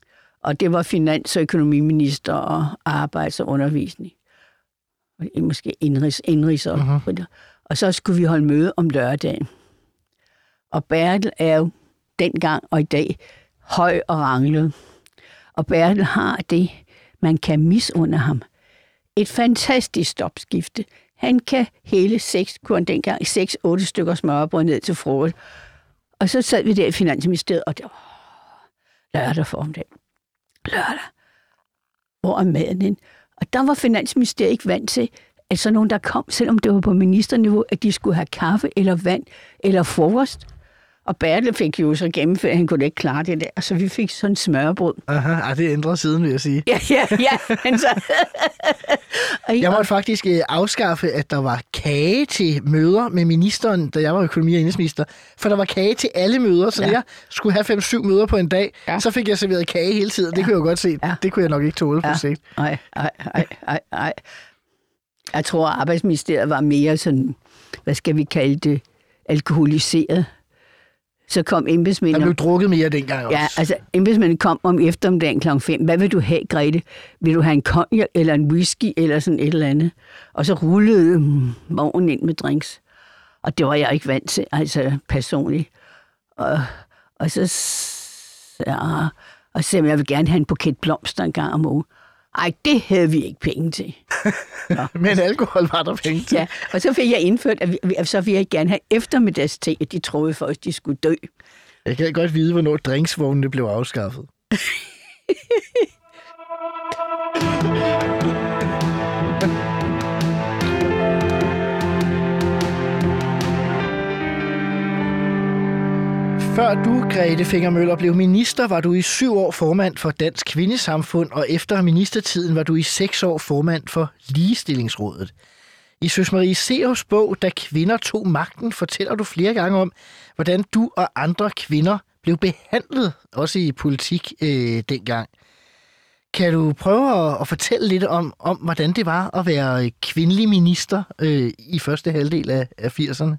[SPEAKER 7] Og det var finans- og økonomiminister og arbejds- og undervisning. Og måske indrigs, indrigs og, uh-huh. og så skulle vi holde møde om lørdagen. Og Bertel er jo dengang og i dag høj og ranglet. Og Bertel har det, man kan misunder ham. Et fantastisk stopskifte. Han kan hele seks, kun dengang, seks, otte stykker smørbrød ned til frokost. Og så sad vi der i Finansministeriet, og det var lørdag formiddag. Lørdag. Hvor er maden ind? Og der var Finansministeriet ikke vant til, at sådan nogen, der kom, selvom det var på ministerniveau, at de skulle have kaffe eller vand eller frokost. Og Bertel fik jo så gennemført, han kunne ikke klare det der. Så vi fik sådan smørbrød.
[SPEAKER 6] Aha, det ændrer siden, vil jeg sige.
[SPEAKER 7] Ja, ja, ja. Men så...
[SPEAKER 6] jeg måtte faktisk afskaffe, at der var kage til møder med ministeren, da jeg var økonomi- og indenrigsminister. For der var kage til alle møder, så ja. jeg skulle have fem-syv møder på en dag. Ja. Så fik jeg serveret kage hele tiden. Det ja. kunne jeg jo godt se. Ja. Det kunne jeg nok ikke tåle på ja. sigt.
[SPEAKER 7] Nej, nej, nej, nej, nej. Jeg tror, at Arbejdsministeriet var mere sådan, hvad skal vi kalde det, alkoholiseret. Så kom embedsmændene...
[SPEAKER 6] Der blev drukket mere dengang også.
[SPEAKER 7] Ja, altså embedsmændene kom om eftermiddagen klokken fem. Hvad vil du have, Grete? Vil du have en cognac eller en whisky eller sådan et eller andet? Og så rullede vognen ind med drinks. Og det var jeg ikke vant til, altså personligt. Og, og så... Ja, og så jeg vil gerne have en buket blomster en gang om ugen. Ej, det havde vi ikke penge til.
[SPEAKER 6] Men alkohol var der penge til.
[SPEAKER 7] Ja, og så fik jeg indført, at, vi, at så ville jeg gerne have eftermiddagste, at de troede for, at de skulle dø.
[SPEAKER 6] Jeg kan godt vide, hvornår drinksvognene blev afskaffet. Før du, Grete Finger Møller, blev minister, var du i syv år formand for Dansk Kvindesamfund, og efter ministertiden var du i seks år formand for Ligestillingsrådet. I Søs Marie Serups bog, Da kvinder tog magten, fortæller du flere gange om, hvordan du og andre kvinder blev behandlet, også i politik øh, dengang. Kan du prøve at, at fortælle lidt om, om, hvordan det var at være kvindelig minister øh, i første halvdel af, af firserne?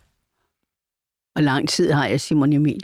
[SPEAKER 7] Hvor lang tid har jeg, Simon Emil?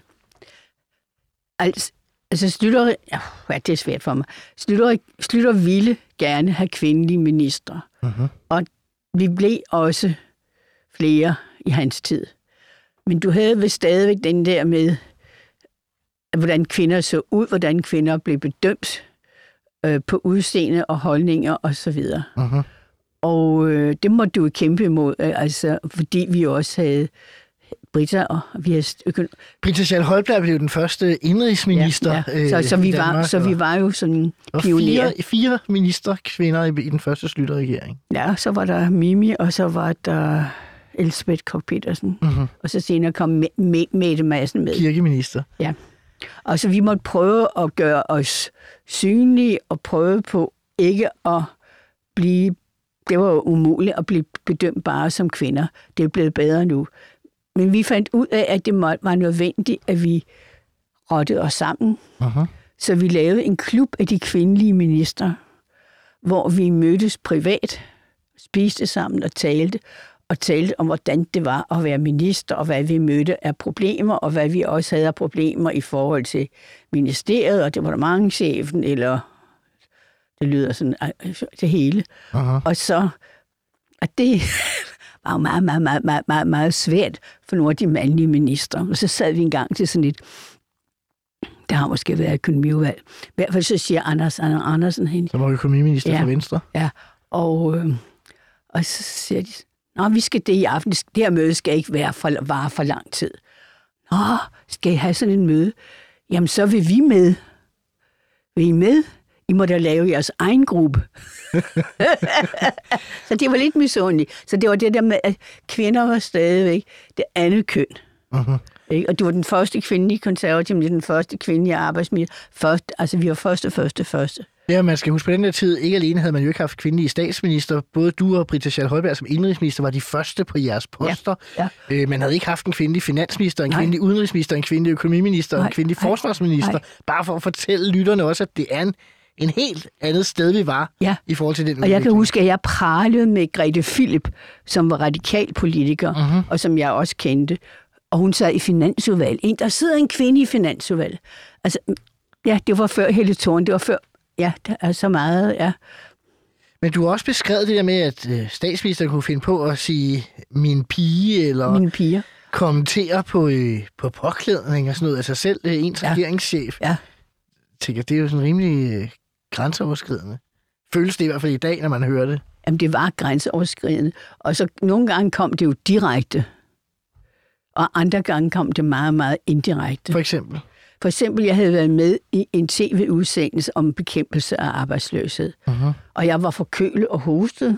[SPEAKER 7] Altså, altså Slytter, ja, det er svært for mig. Slytter, Slytter ville gerne have kvindelige ministre. Uh-huh. Og vi blev også flere i hans tid. Men du havde vel stadigvæk den der med, hvordan kvinder så ud, hvordan kvinder blev bedømt øh, på udseende og holdninger osv. Uh-huh. Og øh, det måtte du kæmpe imod, altså, fordi vi også havde Britta og vi har økonom...
[SPEAKER 6] Britta Schall Holberg blev den første indrigsminister.
[SPEAKER 7] Ja, ja. Så, øh, så, vi var, så vi var jo sådan pionerer.
[SPEAKER 6] Fire, fire minister kvinder i, i den første Schlüter-regering.
[SPEAKER 7] Ja, så var der Mimi, og så var der Elsebeth Koch-Petersen. Mm-hmm. Og så senere kom Mette Madsen med.
[SPEAKER 6] Kirkeminister.
[SPEAKER 7] Ja. Og så vi måtte prøve at gøre os synlige og prøve på ikke at blive... Det var jo umuligt at blive bedømt bare som kvinder. Det er blevet bedre nu. Men vi fandt ud af, at det var nødvendigt, at vi rottede os sammen. Uh-huh. Så vi lavede en klub af de kvindelige minister, hvor vi mødtes privat, spiste sammen og talte, og talte om, hvordan det var at være minister, og hvad vi mødte af problemer, og hvad vi også havde af problemer i forhold til ministeriet, og departementschefen, eller det lyder sådan, det hele. Uh-huh. Og så, og det... var jo meget, meget, meget, meget, meget, meget svært for nogle af de mandlige ministre. Og så sad vi en gang til sådan et, der har måske været økonomiudvalg. I hvert fald så siger Anders Anders Andersen hende.
[SPEAKER 6] Som var økonomiminister ja, for Venstre.
[SPEAKER 7] Ja, og, øh, og så siger de, nå, vi skal det i aften. Det her møde skal ikke være for, vare for lang tid. Nå, skal I have sådan en møde? Jamen, så vil vi med. Vil I med? I må da lave jeres egen gruppe. Så det var lidt misundeligt. Så det var det der med, at kvinder var stadigvæk det andet køn. Uh-huh. Og det var den første kvindelige konservative, men den første kvindelige arbejdsminister. Først, altså vi var første, første, første.
[SPEAKER 6] Ja, man skal huske, på den der tid, ikke alene havde man jo ikke haft kvindelige statsminister. Både du og Britta Schall Holberg som indrigsminister var de første på jeres poster. Ja, ja. Øh, man havde ikke haft en kvindelig finansminister, en nej. kvindelig udenrigsminister, en kvindelig økonomiminister, nej, en kvindelig nej, forsvarsminister. Nej. Bare for at fortælle lytterne også, at det er en en helt andet sted, vi var ja. i forhold til den udvikling.
[SPEAKER 7] Og jeg kan huske, at jeg pralede med Grete Philip, som var radikal politiker, uh-huh. og som jeg også kendte. Og hun sad i finansudvalg. En, der sidder en kvinde i finansudvalg. Altså, Ja, det var før Helle Thorning. Det var før... Ja, der er så meget, ja.
[SPEAKER 6] Men du har også beskrevet det der med, at øh, statsministeren kunne finde på at sige min pige, eller
[SPEAKER 7] Mine piger.
[SPEAKER 6] kommentere på, øh, på påklædning og sådan noget af sig selv, øh, ens
[SPEAKER 7] Ja.
[SPEAKER 6] regeringschef.
[SPEAKER 7] Ja.
[SPEAKER 6] Tænker, det er jo sådan rimelig øh, grænseoverskridende. Føles det i hvert fald i dag, når man hører det.
[SPEAKER 7] Jamen, det var grænseoverskridende. Og så nogle gange kom det jo direkte. Og andre gange kom det meget, meget indirekte.
[SPEAKER 6] For eksempel.
[SPEAKER 7] For eksempel, jeg havde været med i en tv-udsendelse om bekæmpelse af arbejdsløshed.
[SPEAKER 6] Uh-huh.
[SPEAKER 7] Og jeg var forkølet og hostet.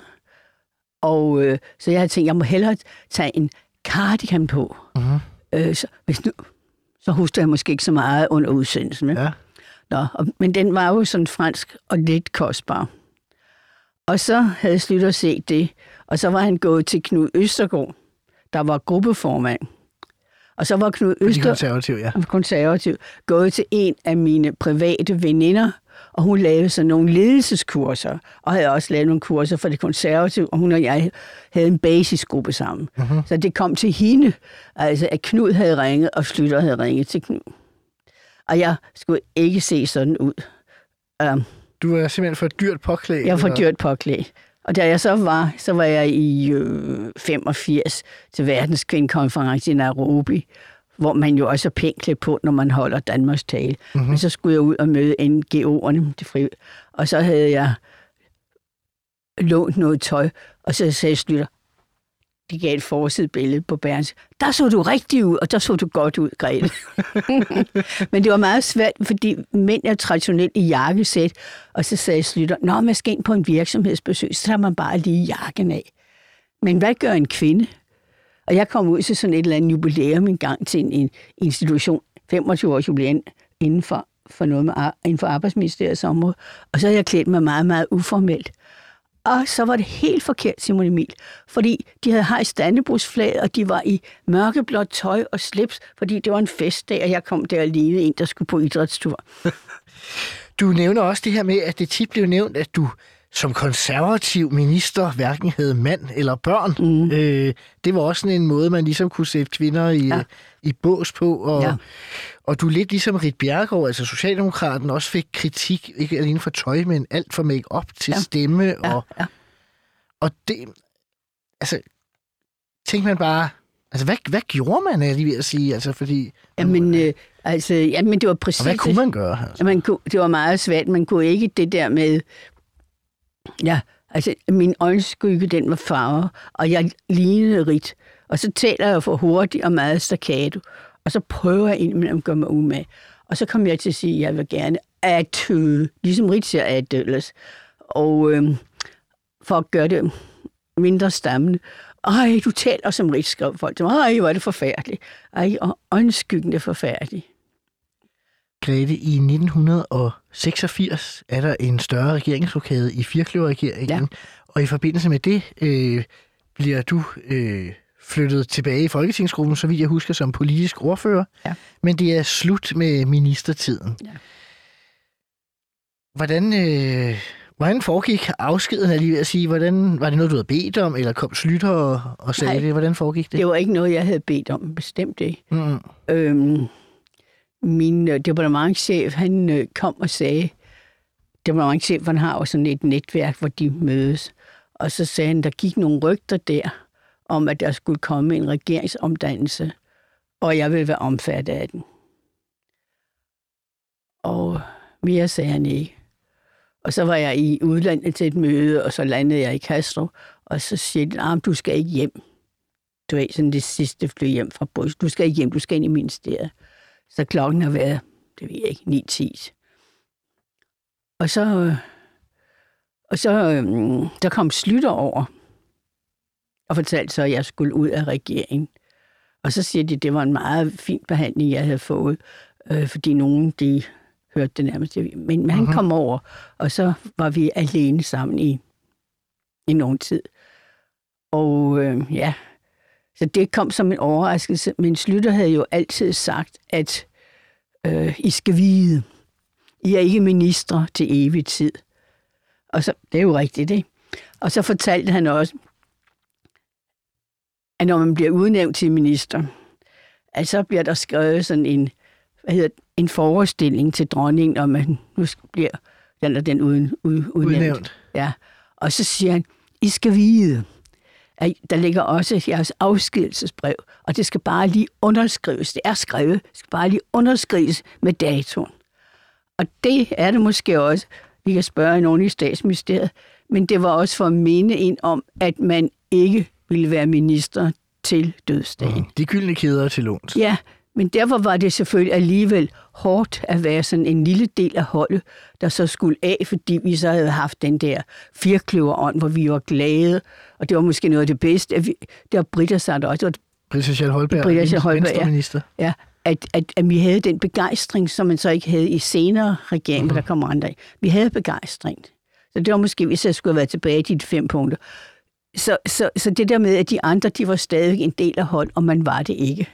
[SPEAKER 7] Og øh, så jeg havde tænkt, jeg må hellere tage en cardigan på.
[SPEAKER 6] Uh-huh.
[SPEAKER 7] Øh, så, hvis nu, så hostede jeg måske ikke så meget under udsendelsen.
[SPEAKER 6] Ja.
[SPEAKER 7] Nå, og, men den var jo sådan fransk og lidt kostbar. Og så havde Schlüter set det, og så var han gået til Knud Østergaard, der var gruppeformand. Og så var Knud Østergaard,
[SPEAKER 6] konservativ, ja.
[SPEAKER 7] konservativ, gået til en af mine private veninder, og hun lavede så nogle ledelseskurser, og havde også lavet nogle kurser for det konservative, og hun og jeg havde en basisgruppe sammen. Uh-huh. Så det kom til hende, altså at Knud havde ringet, og Schlüter havde ringet til Knud. Og jeg skulle ikke se sådan ud. Um,
[SPEAKER 6] Du er simpelthen for dyrt påklædt.
[SPEAKER 7] Jeg var for dyrt påklædt. Og da jeg så var, så var jeg i øh, femogfirs til verdenskvindekonference i Nairobi, hvor man jo også er pænt klædt på, når man holder Danmarks tale. Mm-hmm. Men så skulle jeg ud og møde N G O'erne, det fri. Og så havde jeg lånt noget tøj, og så sagde Schlüter, de gav et forsidebillede på Berns. Der så du rigtig ud, og der så du godt ud, Grete. Men det var meget svært, fordi mænd er traditionelt i jakkesæt, og så sagde Schlüter, når man skal ind på en virksomhedsbesøg, så tager man bare lige jakken af. Men hvad gør en kvinde? Og jeg kom ud til sådan et eller andet jubilæum en gang til en, en institution, femogtyve års jubilæum inden for, for noget med, inden for Arbejdsministeriets område, og så havde jeg klædt mig meget, meget uformelt. Og så var det helt forkert, Simon Emil, fordi de havde hejst Dannebrogsflaget, og de var i mørkeblåt tøj og slips, fordi det var en festdag, og jeg kom der og lignede en, der skulle på idrætstur.
[SPEAKER 6] Du nævner også det her med, at det tit blev nævnt, at du som konservativ minister hverken havde mand eller børn. Mm. Øh, det var også sådan en måde, man ligesom kunne sætte kvinder i, ja. i bås på. Og, ja. og du lidt ligesom Ritt Bjerregaard, altså Socialdemokraten, også fik kritik, ikke alene for tøj, men alt for make-up til ja. stemme.
[SPEAKER 7] Ja.
[SPEAKER 6] Og,
[SPEAKER 7] ja.
[SPEAKER 6] og det, altså, tænkte man bare, altså, hvad, hvad gjorde man, er jeg lige ved at sige? Altså, fordi...
[SPEAKER 7] Jamen, øh, altså, jamen, det var præcis...
[SPEAKER 6] Og hvad kunne man gøre? Altså?
[SPEAKER 7] Man kunne, det var meget svært. Man kunne ikke det der med... Ja, altså, min øjenskygge, den var farver, og jeg lignede Ritt. Og så taler jeg for hurtigt og meget staccato. Og så prøver jeg indimellem at gøre mig umage. Og så kom jeg til at sige, at jeg vil gerne adøde, ligesom Ritt siger adødes. Og øhm, for at gøre det mindre stammende. Ej, du taler som Ritt, skrev folk til mig. Ej, hvor er det forfærdeligt. Ej, og øjenskyggen er forfærdelig.
[SPEAKER 6] Grete, i nitten seksogfirs er der en større regeringsrokade i firkløverregeringen, ja. Og i forbindelse med det øh, bliver du øh, flyttet tilbage i Folketingsgruppen, så vidt jeg husker, som politisk ordfører. Ja. Men det er slut med ministertiden. Ja. Hvordan, øh, hvordan foregik afskeden, er lige ved at sige? Hvordan, var det noget, du havde bedt om, eller kom Schlüter og, og sagde Nej, det? Hvordan foregik det?
[SPEAKER 7] Det var ikke noget, jeg havde bedt om, bestemt ikke.
[SPEAKER 6] Mm.
[SPEAKER 7] Øhm, min øh, departementschef, han øh, kom og sagde, departementschefen har jo sådan et netværk, hvor de mødes, og så sagde han, der gik nogle rygter der, om at der skulle komme en regeringsomdannelse, og jeg ville være omfattet af den. Og mere sagde han ikke. Og så var jeg i udlandet til et møde, og så landede jeg i Kastrup, og så siger de, ah, du skal ikke hjem. Du er sådan det sidste fly hjem fra Bryssel. Du skal ikke hjem, du skal ind i ministeriet. Så klokken har været, det ved jeg ikke, ni ti. Og så, og så der kom Schlüter over og fortalte så, at jeg skulle ud af regeringen. Og så siger de, at det var en meget fin behandling, jeg havde fået, øh, fordi nogen, de hørte det nærmest. Men, men han kom over, og så var vi alene sammen i, i nogen tid. Og øh, ja, så det kom som en overraskelse. Men Schlüter havde jo altid sagt, at øh, I skal vide, I er ikke ministre til evig tid. Og så, det er jo rigtigt, det. Og så fortalte han også, at når man bliver udnævnt til minister, at så bliver der skrevet sådan en hvad hedder, en forestilling til dronningen, om man nu bliver den og den uden, uden, udnævnt. udnævnt. Ja. Og så siger han, I skal vide, at der ligger også jeres afskedelsesbrev, og det skal bare lige underskrives. Det er skrevet, det skal bare lige underskrives med datoen. Og det er det måske også, vi kan spørge nogen i statsministeriet, men det var også for at minde en om, at man ikke ville være minister til dødsdagen.
[SPEAKER 6] Mm, de gyldne kæder til låns.
[SPEAKER 7] Ja, men derfor var det selvfølgelig alligevel hårdt at være sådan en lille del af holdet, der så skulle af, fordi vi så havde haft den der firkløverånd, hvor vi var glade, og det var måske noget af det bedste. At vi, det var Britta sagt også.
[SPEAKER 6] Britta Schall Holberg,
[SPEAKER 7] Britta Schall Holberg,
[SPEAKER 6] venstreminister.
[SPEAKER 7] Ja, at, at, at vi havde den begejstring, som man så ikke havde i senere regering, mm-hmm. der kommer andre af. Vi havde begejstring. Så det var måske, hvis jeg skulle have været tilbage til de fem punkter. Så, så, så det der med, at de andre, de var stadig en del af hold, og man var det ikke.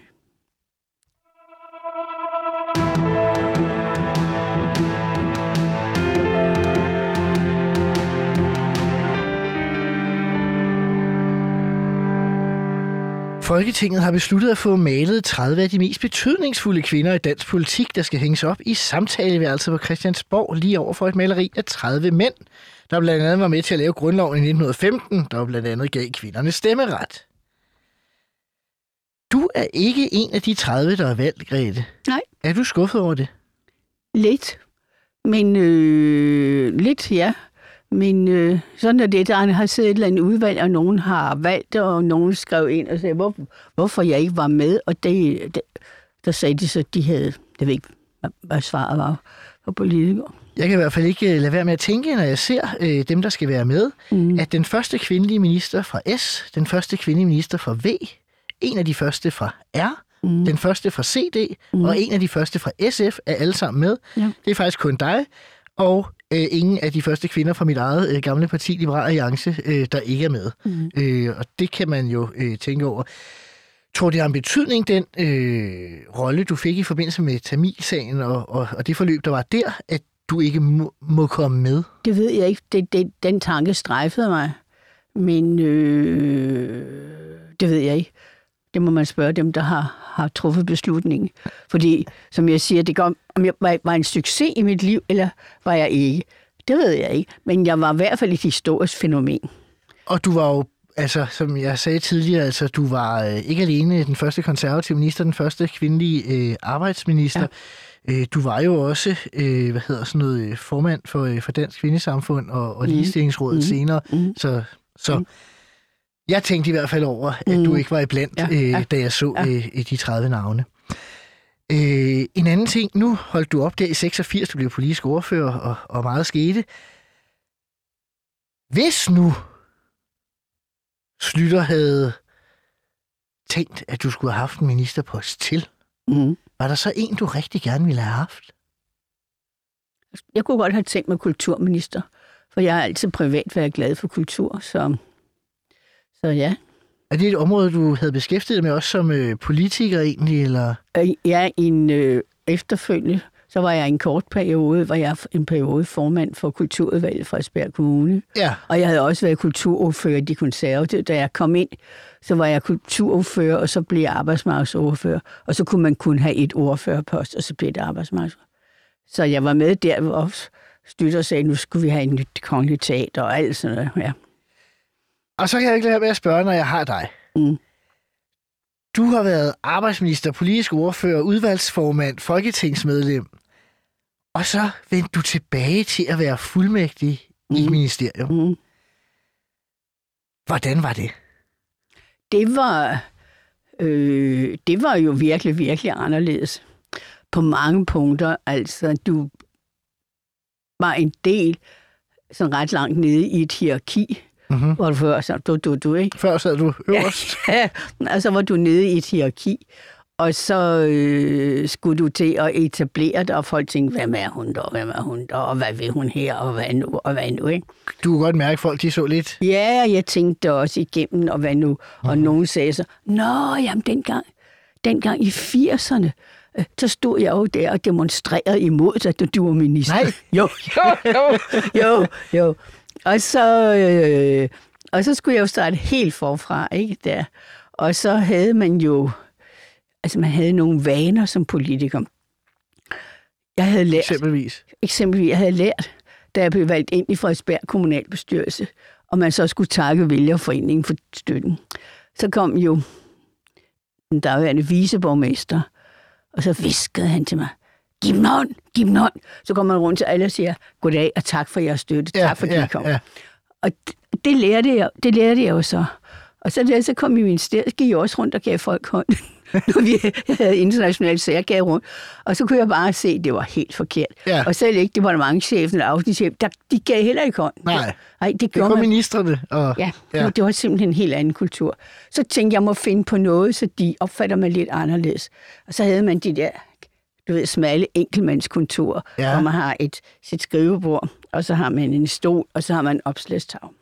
[SPEAKER 6] Folketinget har besluttet at få malet tredive af de mest betydningsfulde kvinder i dansk politik, der skal hænges op i samtaleværelset på Christiansborg lige over for et maleri af tredive mænd, der blandt andet var med til at lave grundloven i nitten femten, der blandt andet gav kvinderne stemmeret. Du er ikke en af de tredive, der er valgt, Grete.
[SPEAKER 7] Nej.
[SPEAKER 6] Er du skuffet over det?
[SPEAKER 7] Lidt. Men øh, lidt, ja. Men øh, sådan er det, der har siddet et eller andet udvalg, og nogen har valgt det, og nogen skrev ind og sagde, hvor, hvorfor jeg ikke var med. Og det, det, der sagde de så, at de havde, jeg ved ikke, hvad svaret var for politikere. Jeg
[SPEAKER 6] kan i hvert fald ikke lade være med at tænke, når jeg ser øh, dem, der skal være med, mm. at den første kvindelige minister fra S, den første kvindelige minister fra V, en af de første fra R, mm. den første fra C D, mm. og en af de første fra S F er alle sammen med. Ja. Det er faktisk kun dig, og øh, ingen af de første kvinder fra mit eget øh, gamle parti, Liberal Alliance, øh, der ikke er med. Mm. Øh, og det kan man jo øh, tænke over. Tror det har en betydning, den øh, rolle, du fik i forbindelse med Tamilsagen og, og, og det forløb, der var der, at du ikke må, må komme med?
[SPEAKER 7] Det ved jeg ikke. Det, det, den tanke strejfede mig. Men øh, det ved jeg ikke. Det må man spørge dem, der har, har truffet beslutningen. Fordi, som jeg siger, det går, om jeg var, var en succes i mit liv, eller var jeg ikke. Det ved jeg ikke. Men jeg var i hvert fald et historisk fænomen.
[SPEAKER 6] Og du var jo, altså, som jeg sagde tidligere, altså, du var øh, ikke alene den første konservative minister, den første kvindelige øh, arbejdsminister. Ja. Øh, du var jo også, øh, hvad hedder sådan noget, formand for, øh, for Dansk Kvindesamfund og, og Ligestillingsrådet mm. senere. Mm. Så... så mm. Jeg tænkte i hvert fald over, at mm. du ikke var iblandt, ja, øh, ja, da jeg så ja. øh, de tredive navne. Øh, en anden ting, nu holdt du op der i seksogfirs, du blev politisk ordfører, og, og meget skete. Hvis nu Schlüter havde tænkt, at du skulle have haft en ministerpost til, mm. var der så en, du rigtig gerne ville have haft?
[SPEAKER 7] Jeg kunne godt have tænkt mig kulturminister, for jeg har altid privat været glad for kultur, så... Så ja.
[SPEAKER 6] Er det et område, du havde beskæftiget med også som øh, politiker egentlig, eller?
[SPEAKER 7] Ja, en øh, efterfølgende, så var jeg en kort periode, var jeg en periode formand for kulturudvalget fra Frederiksberg Kommune.
[SPEAKER 6] Ja.
[SPEAKER 7] Og jeg havde også været kulturordfører i De Konservative. Da jeg kom ind, så var jeg kulturordfører, og så blev jeg arbejdsmarkedsordfører. Og så kunne man kun have et ordførerpost, og så blev det arbejdsmarkedsordfører. Så jeg var med der, hvor Schlüter sagde, nu skulle vi have et nyt kongeligt teater og alt sådan noget, ja.
[SPEAKER 6] Og så kan jeg ikke lade være med at spørge, når jeg har dig. Mm. Du har været arbejdsminister, politisk ordfører, udvalgsformand, folketingsmedlem. Og så vendte du tilbage til at være fuldmægtig mm. i ministeriet. Mm. Hvordan var det?
[SPEAKER 7] Det var, øh, det var jo virkelig, virkelig anderledes. På mange punkter. Altså, du var en del sådan ret langt nede i et hierarki. Mm-hmm. Hvor du før sad du, du, du, ikke?
[SPEAKER 6] Før sad du øverst.
[SPEAKER 7] Ja, og så var du nede i et hierarki, og så øh, skulle du til at etablere det, og folk tænkte, hvem er hun der, hvem er hun der, og hvad vil hun her, og hvad nu, og hvad nu, ikke?
[SPEAKER 6] Du kunne godt mærke, at folk de så lidt.
[SPEAKER 7] Ja, jeg tænkte også igennem, og hvad nu, mm-hmm. og nogen sagde så, nå, jamen dengang, dengang i firserne, så stod jeg jo der og demonstrerede imod, at du var minister.
[SPEAKER 6] Nej.
[SPEAKER 7] Jo, jo, jo, jo, jo. Og så, øh, og så skulle jeg jo starte helt forfra, ikke der. Og så havde man jo, altså man havde nogle vaner som politiker. Jeg havde lært,
[SPEAKER 6] Eksempelvis.
[SPEAKER 7] eksempelvis, jeg havde lært, da jeg blev valgt ind i Frederiksberg kommunalbestyrelse, og man så skulle takke vælgerforeningen for støtten. Så kom jo den daværende viceborgmester, og så viskede han til mig, giv dem hånd, giv dem hånd. Så kommer man rundt til alle og siger, goddag og tak for jeres støtte, tak ja, fordi ja, I kom. Ja. Og det, det, lærte jeg, det lærte jeg jo så. Og så, der, så kom i ministeriet, gik jeg også rundt og gav folk hånd. Når vi havde internationalt sager, gav rundt. Og så kunne jeg bare se, at det var helt forkert. Ja. Og selv ikke departementschefen eller afdelingschefen, der, de gav heller ikke hånd.
[SPEAKER 6] Nej,
[SPEAKER 7] Nej det,
[SPEAKER 6] det
[SPEAKER 7] gjorde
[SPEAKER 6] kom
[SPEAKER 7] man.
[SPEAKER 6] ministerne. Og,
[SPEAKER 7] ja, ja, det var simpelthen en helt anden kultur. Så tænkte jeg, må finde på noget, så de opfatter mig lidt anderledes. Og så havde man de der, du ved, smalle enkeltmandskontor, ja. Hvor man har et sit skrivebord, og så har man en stol, og så har man en opslagstavle.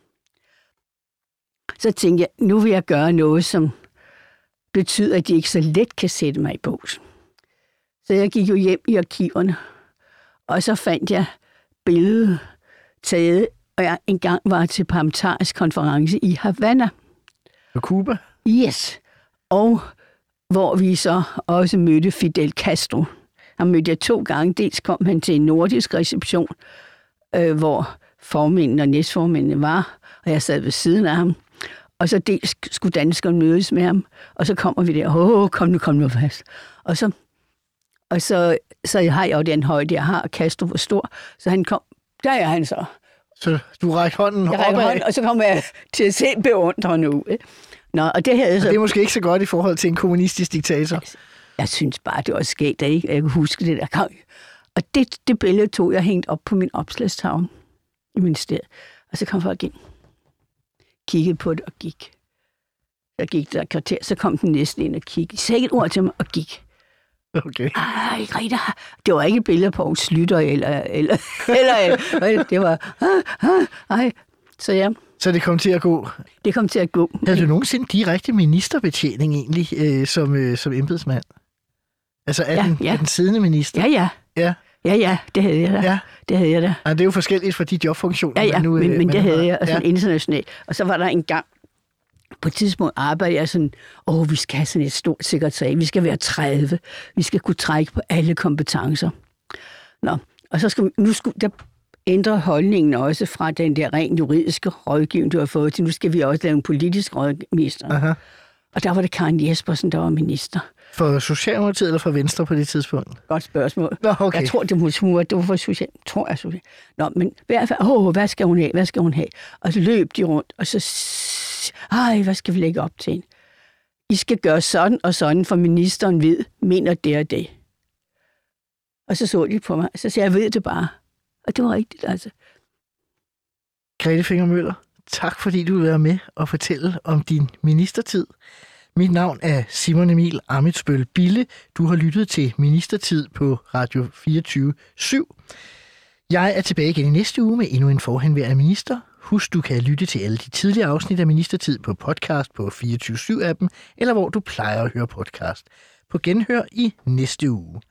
[SPEAKER 7] Så tænkte jeg, nu vil jeg gøre noget, som betyder, at de ikke så let kan sætte mig i bås. Så jeg gik jo hjem i arkiverne, og så fandt jeg billedet taget, og jeg engang var til parlamentarisk konference i Havana.
[SPEAKER 6] På Cuba?
[SPEAKER 7] Yes. Og hvor vi så også mødte Fidel Castro. Han mødte jeg to gange. Dels kom han til en nordisk reception, øh, hvor formændene og næstformændene var, og jeg sad ved siden af ham. Og så dels skulle danskerne mødes med ham, og så kommer vi der, åh, kom nu, kom nu fast. Og så, og så, så har jeg jo den højde, jeg har, og Castro var stor, så han kom, der er han så.
[SPEAKER 6] Så du rækker hånden opad? Jeg rækker hånden,
[SPEAKER 7] og så kommer jeg til at se beundrende ud. Nå, og det havde
[SPEAKER 6] og
[SPEAKER 7] så...
[SPEAKER 6] det er måske ikke så godt i forhold til en kommunistisk diktator.
[SPEAKER 7] Jeg, jeg synes bare, det var sket, at jeg kunne huske det der gang. Og det, det billede tog jeg hængt op på min opslagstavle i ministeriet. Og så kom folk ind, kiggede på det og gik. Så gik der et kvarter, så kom den næste ind og kiggede. Sagde et ord til mig og gik.
[SPEAKER 6] Okay.
[SPEAKER 7] Ej, Rita, det var ikke et billede på Poul Schlüter, eller, eller, eller, eller det var, ej, så ja.
[SPEAKER 6] Så det kom til at gå?
[SPEAKER 7] Det kom til at gå.
[SPEAKER 6] Havde du nogensinde direkte ministerbetjening egentlig, øh, som, øh, som embedsmand? Altså er, ja, den, ja. er den siddende minister?
[SPEAKER 7] Ja, ja.
[SPEAKER 6] Ja,
[SPEAKER 7] ja, ja det havde jeg da.
[SPEAKER 6] Ja.
[SPEAKER 7] Det havde jeg da.
[SPEAKER 6] Ja, det er jo forskelligt fra de jobfunktioner.
[SPEAKER 7] Ja, ja,
[SPEAKER 6] nu,
[SPEAKER 7] men,
[SPEAKER 6] øh,
[SPEAKER 7] men det havde jeg, altså
[SPEAKER 6] ja.
[SPEAKER 7] internationalt. Og så var der en gang, på et tidspunkt arbejdede jeg sådan, åh, vi skal have sådan et stort sekretariat, vi skal være tredive, vi skal kunne trække på alle kompetencer. Nå, og så skal nu skulle der ændre holdningen også fra den der rent juridiske rådgivning, du har fået til, nu skal vi også lave en politisk rådminister. Aha. Og der var det Karen Jespersen, der var minister.
[SPEAKER 6] For Socialdemokratiet eller for Venstre på det tidspunkt?
[SPEAKER 7] Godt spørgsmål.
[SPEAKER 6] Nå, okay.
[SPEAKER 7] Jeg tror, det var, det var for Socialdemokratiet. Tror jeg, Socialdemokratiet. Nå, men i hvert fald, åh, hvad skal hun have, hvad skal hun have? Og så løb de rundt, og så, ej, hvad skal vi lægge op til hende? I skal gøre sådan og sådan, for ministeren ved, mener det og det. Og så så de på mig, og så sagde jeg, jeg ved det bare. Og det var rigtigt, altså.
[SPEAKER 6] Grete Finger Møller, tak fordi du vil være med og fortælle om din ministertid. Mit navn er Simon Emil Amitsbøl Bille. Du har lyttet til Ministertid på Radio fireogtyve syv. Jeg er tilbage igen i næste uge med endnu en forhenværende minister. Husk, du kan lytte til alle de tidligere afsnit af Ministertid på podcast på fireogtyve syv appen, eller hvor du plejer at høre podcast. På genhør i næste uge.